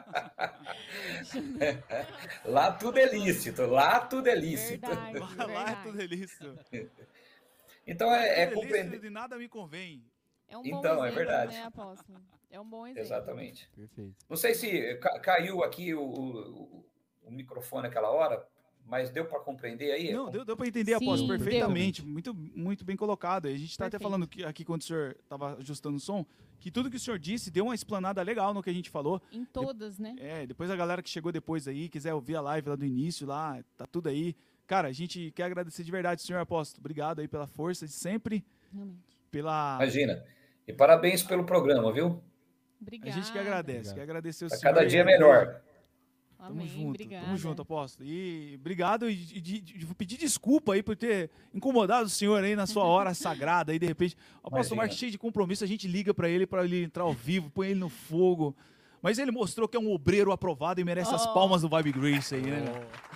Lá tudo é lícito, lá tudo é lícito. Verdade, Lá, lá é verdade. tudo ilícito. Então é, é Tudo ilícito compreender. de nada me convém. É um bom Então, é exemplo, verdade. né, apóstolo? É um bom exemplo. Exatamente. Perfeito. Não sei se ca- caiu aqui o, o- o microfone aquela hora. mas deu para compreender aí? Não, deu, deu para entender, Sim, apóstolo, deu. perfeitamente. Muito, muito bem colocado. A gente está até Perfeito. falando que, aqui, quando o senhor estava ajustando o som, que tudo que o senhor disse deu uma explanada legal no que a gente falou. Em todas, né? É, depois a galera que chegou depois aí, quiser ouvir a live lá do início, lá, tá tudo aí. Cara, a gente quer agradecer de verdade, senhor apóstolo. Obrigado aí pela força de sempre, Realmente. pela... Imagina. E parabéns pelo programa, viu? Obrigada. A gente que agradece, Obrigado. quer agradecer o Tá senhor. cada e dia a- melhor. Tamo Amém, junto, obrigada. tamo junto, apóstolo. E obrigado, e, e, de- de- vou pedir desculpa aí por ter incomodado o senhor aí na sua hora sagrada aí, de repente. O apóstolo Imagina. Marcos cheio de compromisso, a gente liga pra ele, pra ele entrar ao vivo, põe ele no fogo. Mas ele mostrou que é um obreiro aprovado e merece as Oh. palmas do Vibe Grace aí, né?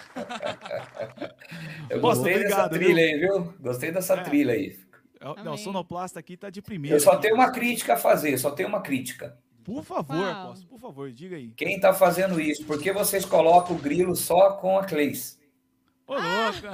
Eu Nossa, gostei obrigado, dessa viu? trilha aí, viu? Gostei dessa É. trilha aí. Não, Amém. o sonoplasta aqui tá de primeira. Eu só aqui. tenho uma crítica a fazer, só tenho uma crítica. Por favor, Qual? apóstolo, por favor, diga aí. Quem está fazendo isso? Por que vocês colocam o grilo só com a Cleis? Ô, louca!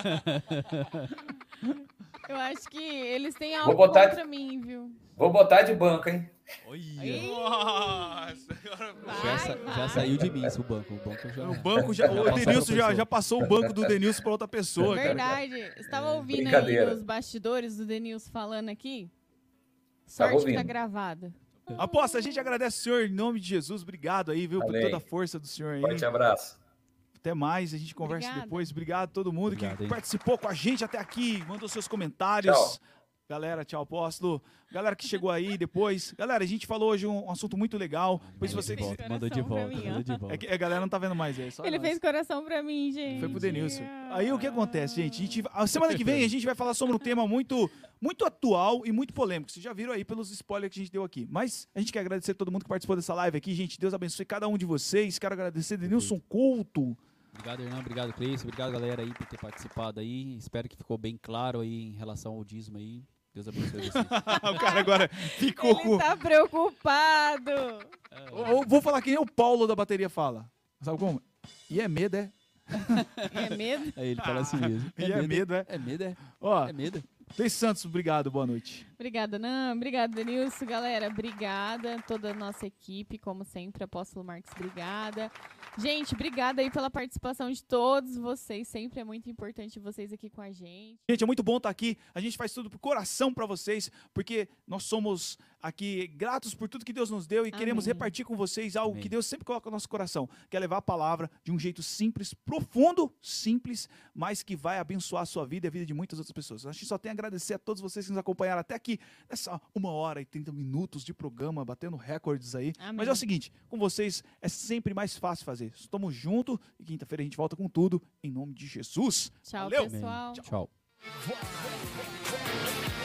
Eu acho que eles têm Vou algo botar- contra mim, viu? Vou botar de banco, hein? Ih. Nossa, agora... Vai, Já, sa- vai. já saiu de mim isso, o banco. O banco já. O banco já. Já O passou Denilson pra já, pessoa. já passou o banco do Denilson pra outra pessoa, cara. Verdade. Estava ouvindo aí Brincadeira. os bastidores do Denilson falando aqui. Tava Sorte que tá ouvindo. gravada. Aposto, a gente agradece o senhor em nome de Jesus. Obrigado aí, viu, por Amém. toda a força do senhor aí. Forte abraço. Até mais, a gente conversa Obrigada. depois. Obrigado a todo mundo Obrigado, que hein? participou com a gente até aqui, mandou seus comentários. Tchau. Galera, tchau, apóstolo. Galera que chegou aí depois. Galera, a gente falou hoje um, um assunto muito legal. Depois, se Ele você fez quiser... Mandou de coração pra volta, mim, ó. mandou de volta. É que a galera não tá vendo mais aí. Só Ele nós. fez coração pra mim, gente. Foi pro Denilson. Aí o que acontece, gente? A, gente? a semana que vem a gente vai falar sobre um tema muito, muito atual e muito polêmico. Vocês já viram aí pelos spoilers que a gente deu aqui. Mas a gente quer agradecer a todo mundo que participou dessa live aqui, gente. Deus abençoe cada um de vocês. Quero agradecer Denilson Couto. Obrigado, Hernan. Obrigado, Cleice. Obrigado, galera, aí, por ter participado aí. Espero que ficou bem claro aí em relação ao dízimo aí. Deus abençoe vocês. o cara agora ficou Ele com... tá preocupado. Eu- eu vou falar que nem o Paulo da bateria fala. Sabe como? E é medo, é? É medo? Aí ele fala assim mesmo. E é medo, é? É medo, é. Ó, É medo. Cleice Santos, obrigado. Boa noite. Obrigada, Nan. Obrigada, Denilson. Galera, obrigada. Toda a nossa equipe, como sempre. Apóstolo Marcos, obrigada. Gente, obrigada aí pela participação de todos vocês. Sempre é muito importante vocês aqui com a gente. Gente, é muito bom estar aqui. A gente faz tudo pro coração para vocês, porque nós somos aqui gratos por tudo que Deus nos deu e queremos Amém. repartir com vocês algo Amém. que Deus sempre coloca no nosso coração, que é levar a palavra de um jeito simples, profundo, simples, mas que vai abençoar a sua vida e a vida de muitas outras pessoas. A gente só tem a agradecer a todos vocês que nos acompanharam até aqui nessa uma hora e trinta minutos de programa, batendo recordes aí. Amém. Mas é o seguinte, com vocês é sempre mais fácil fazer. Estamos juntos e quinta-feira a gente volta com tudo, em nome de Jesus. Tchau, Valeu. pessoal. Tchau. Tchau.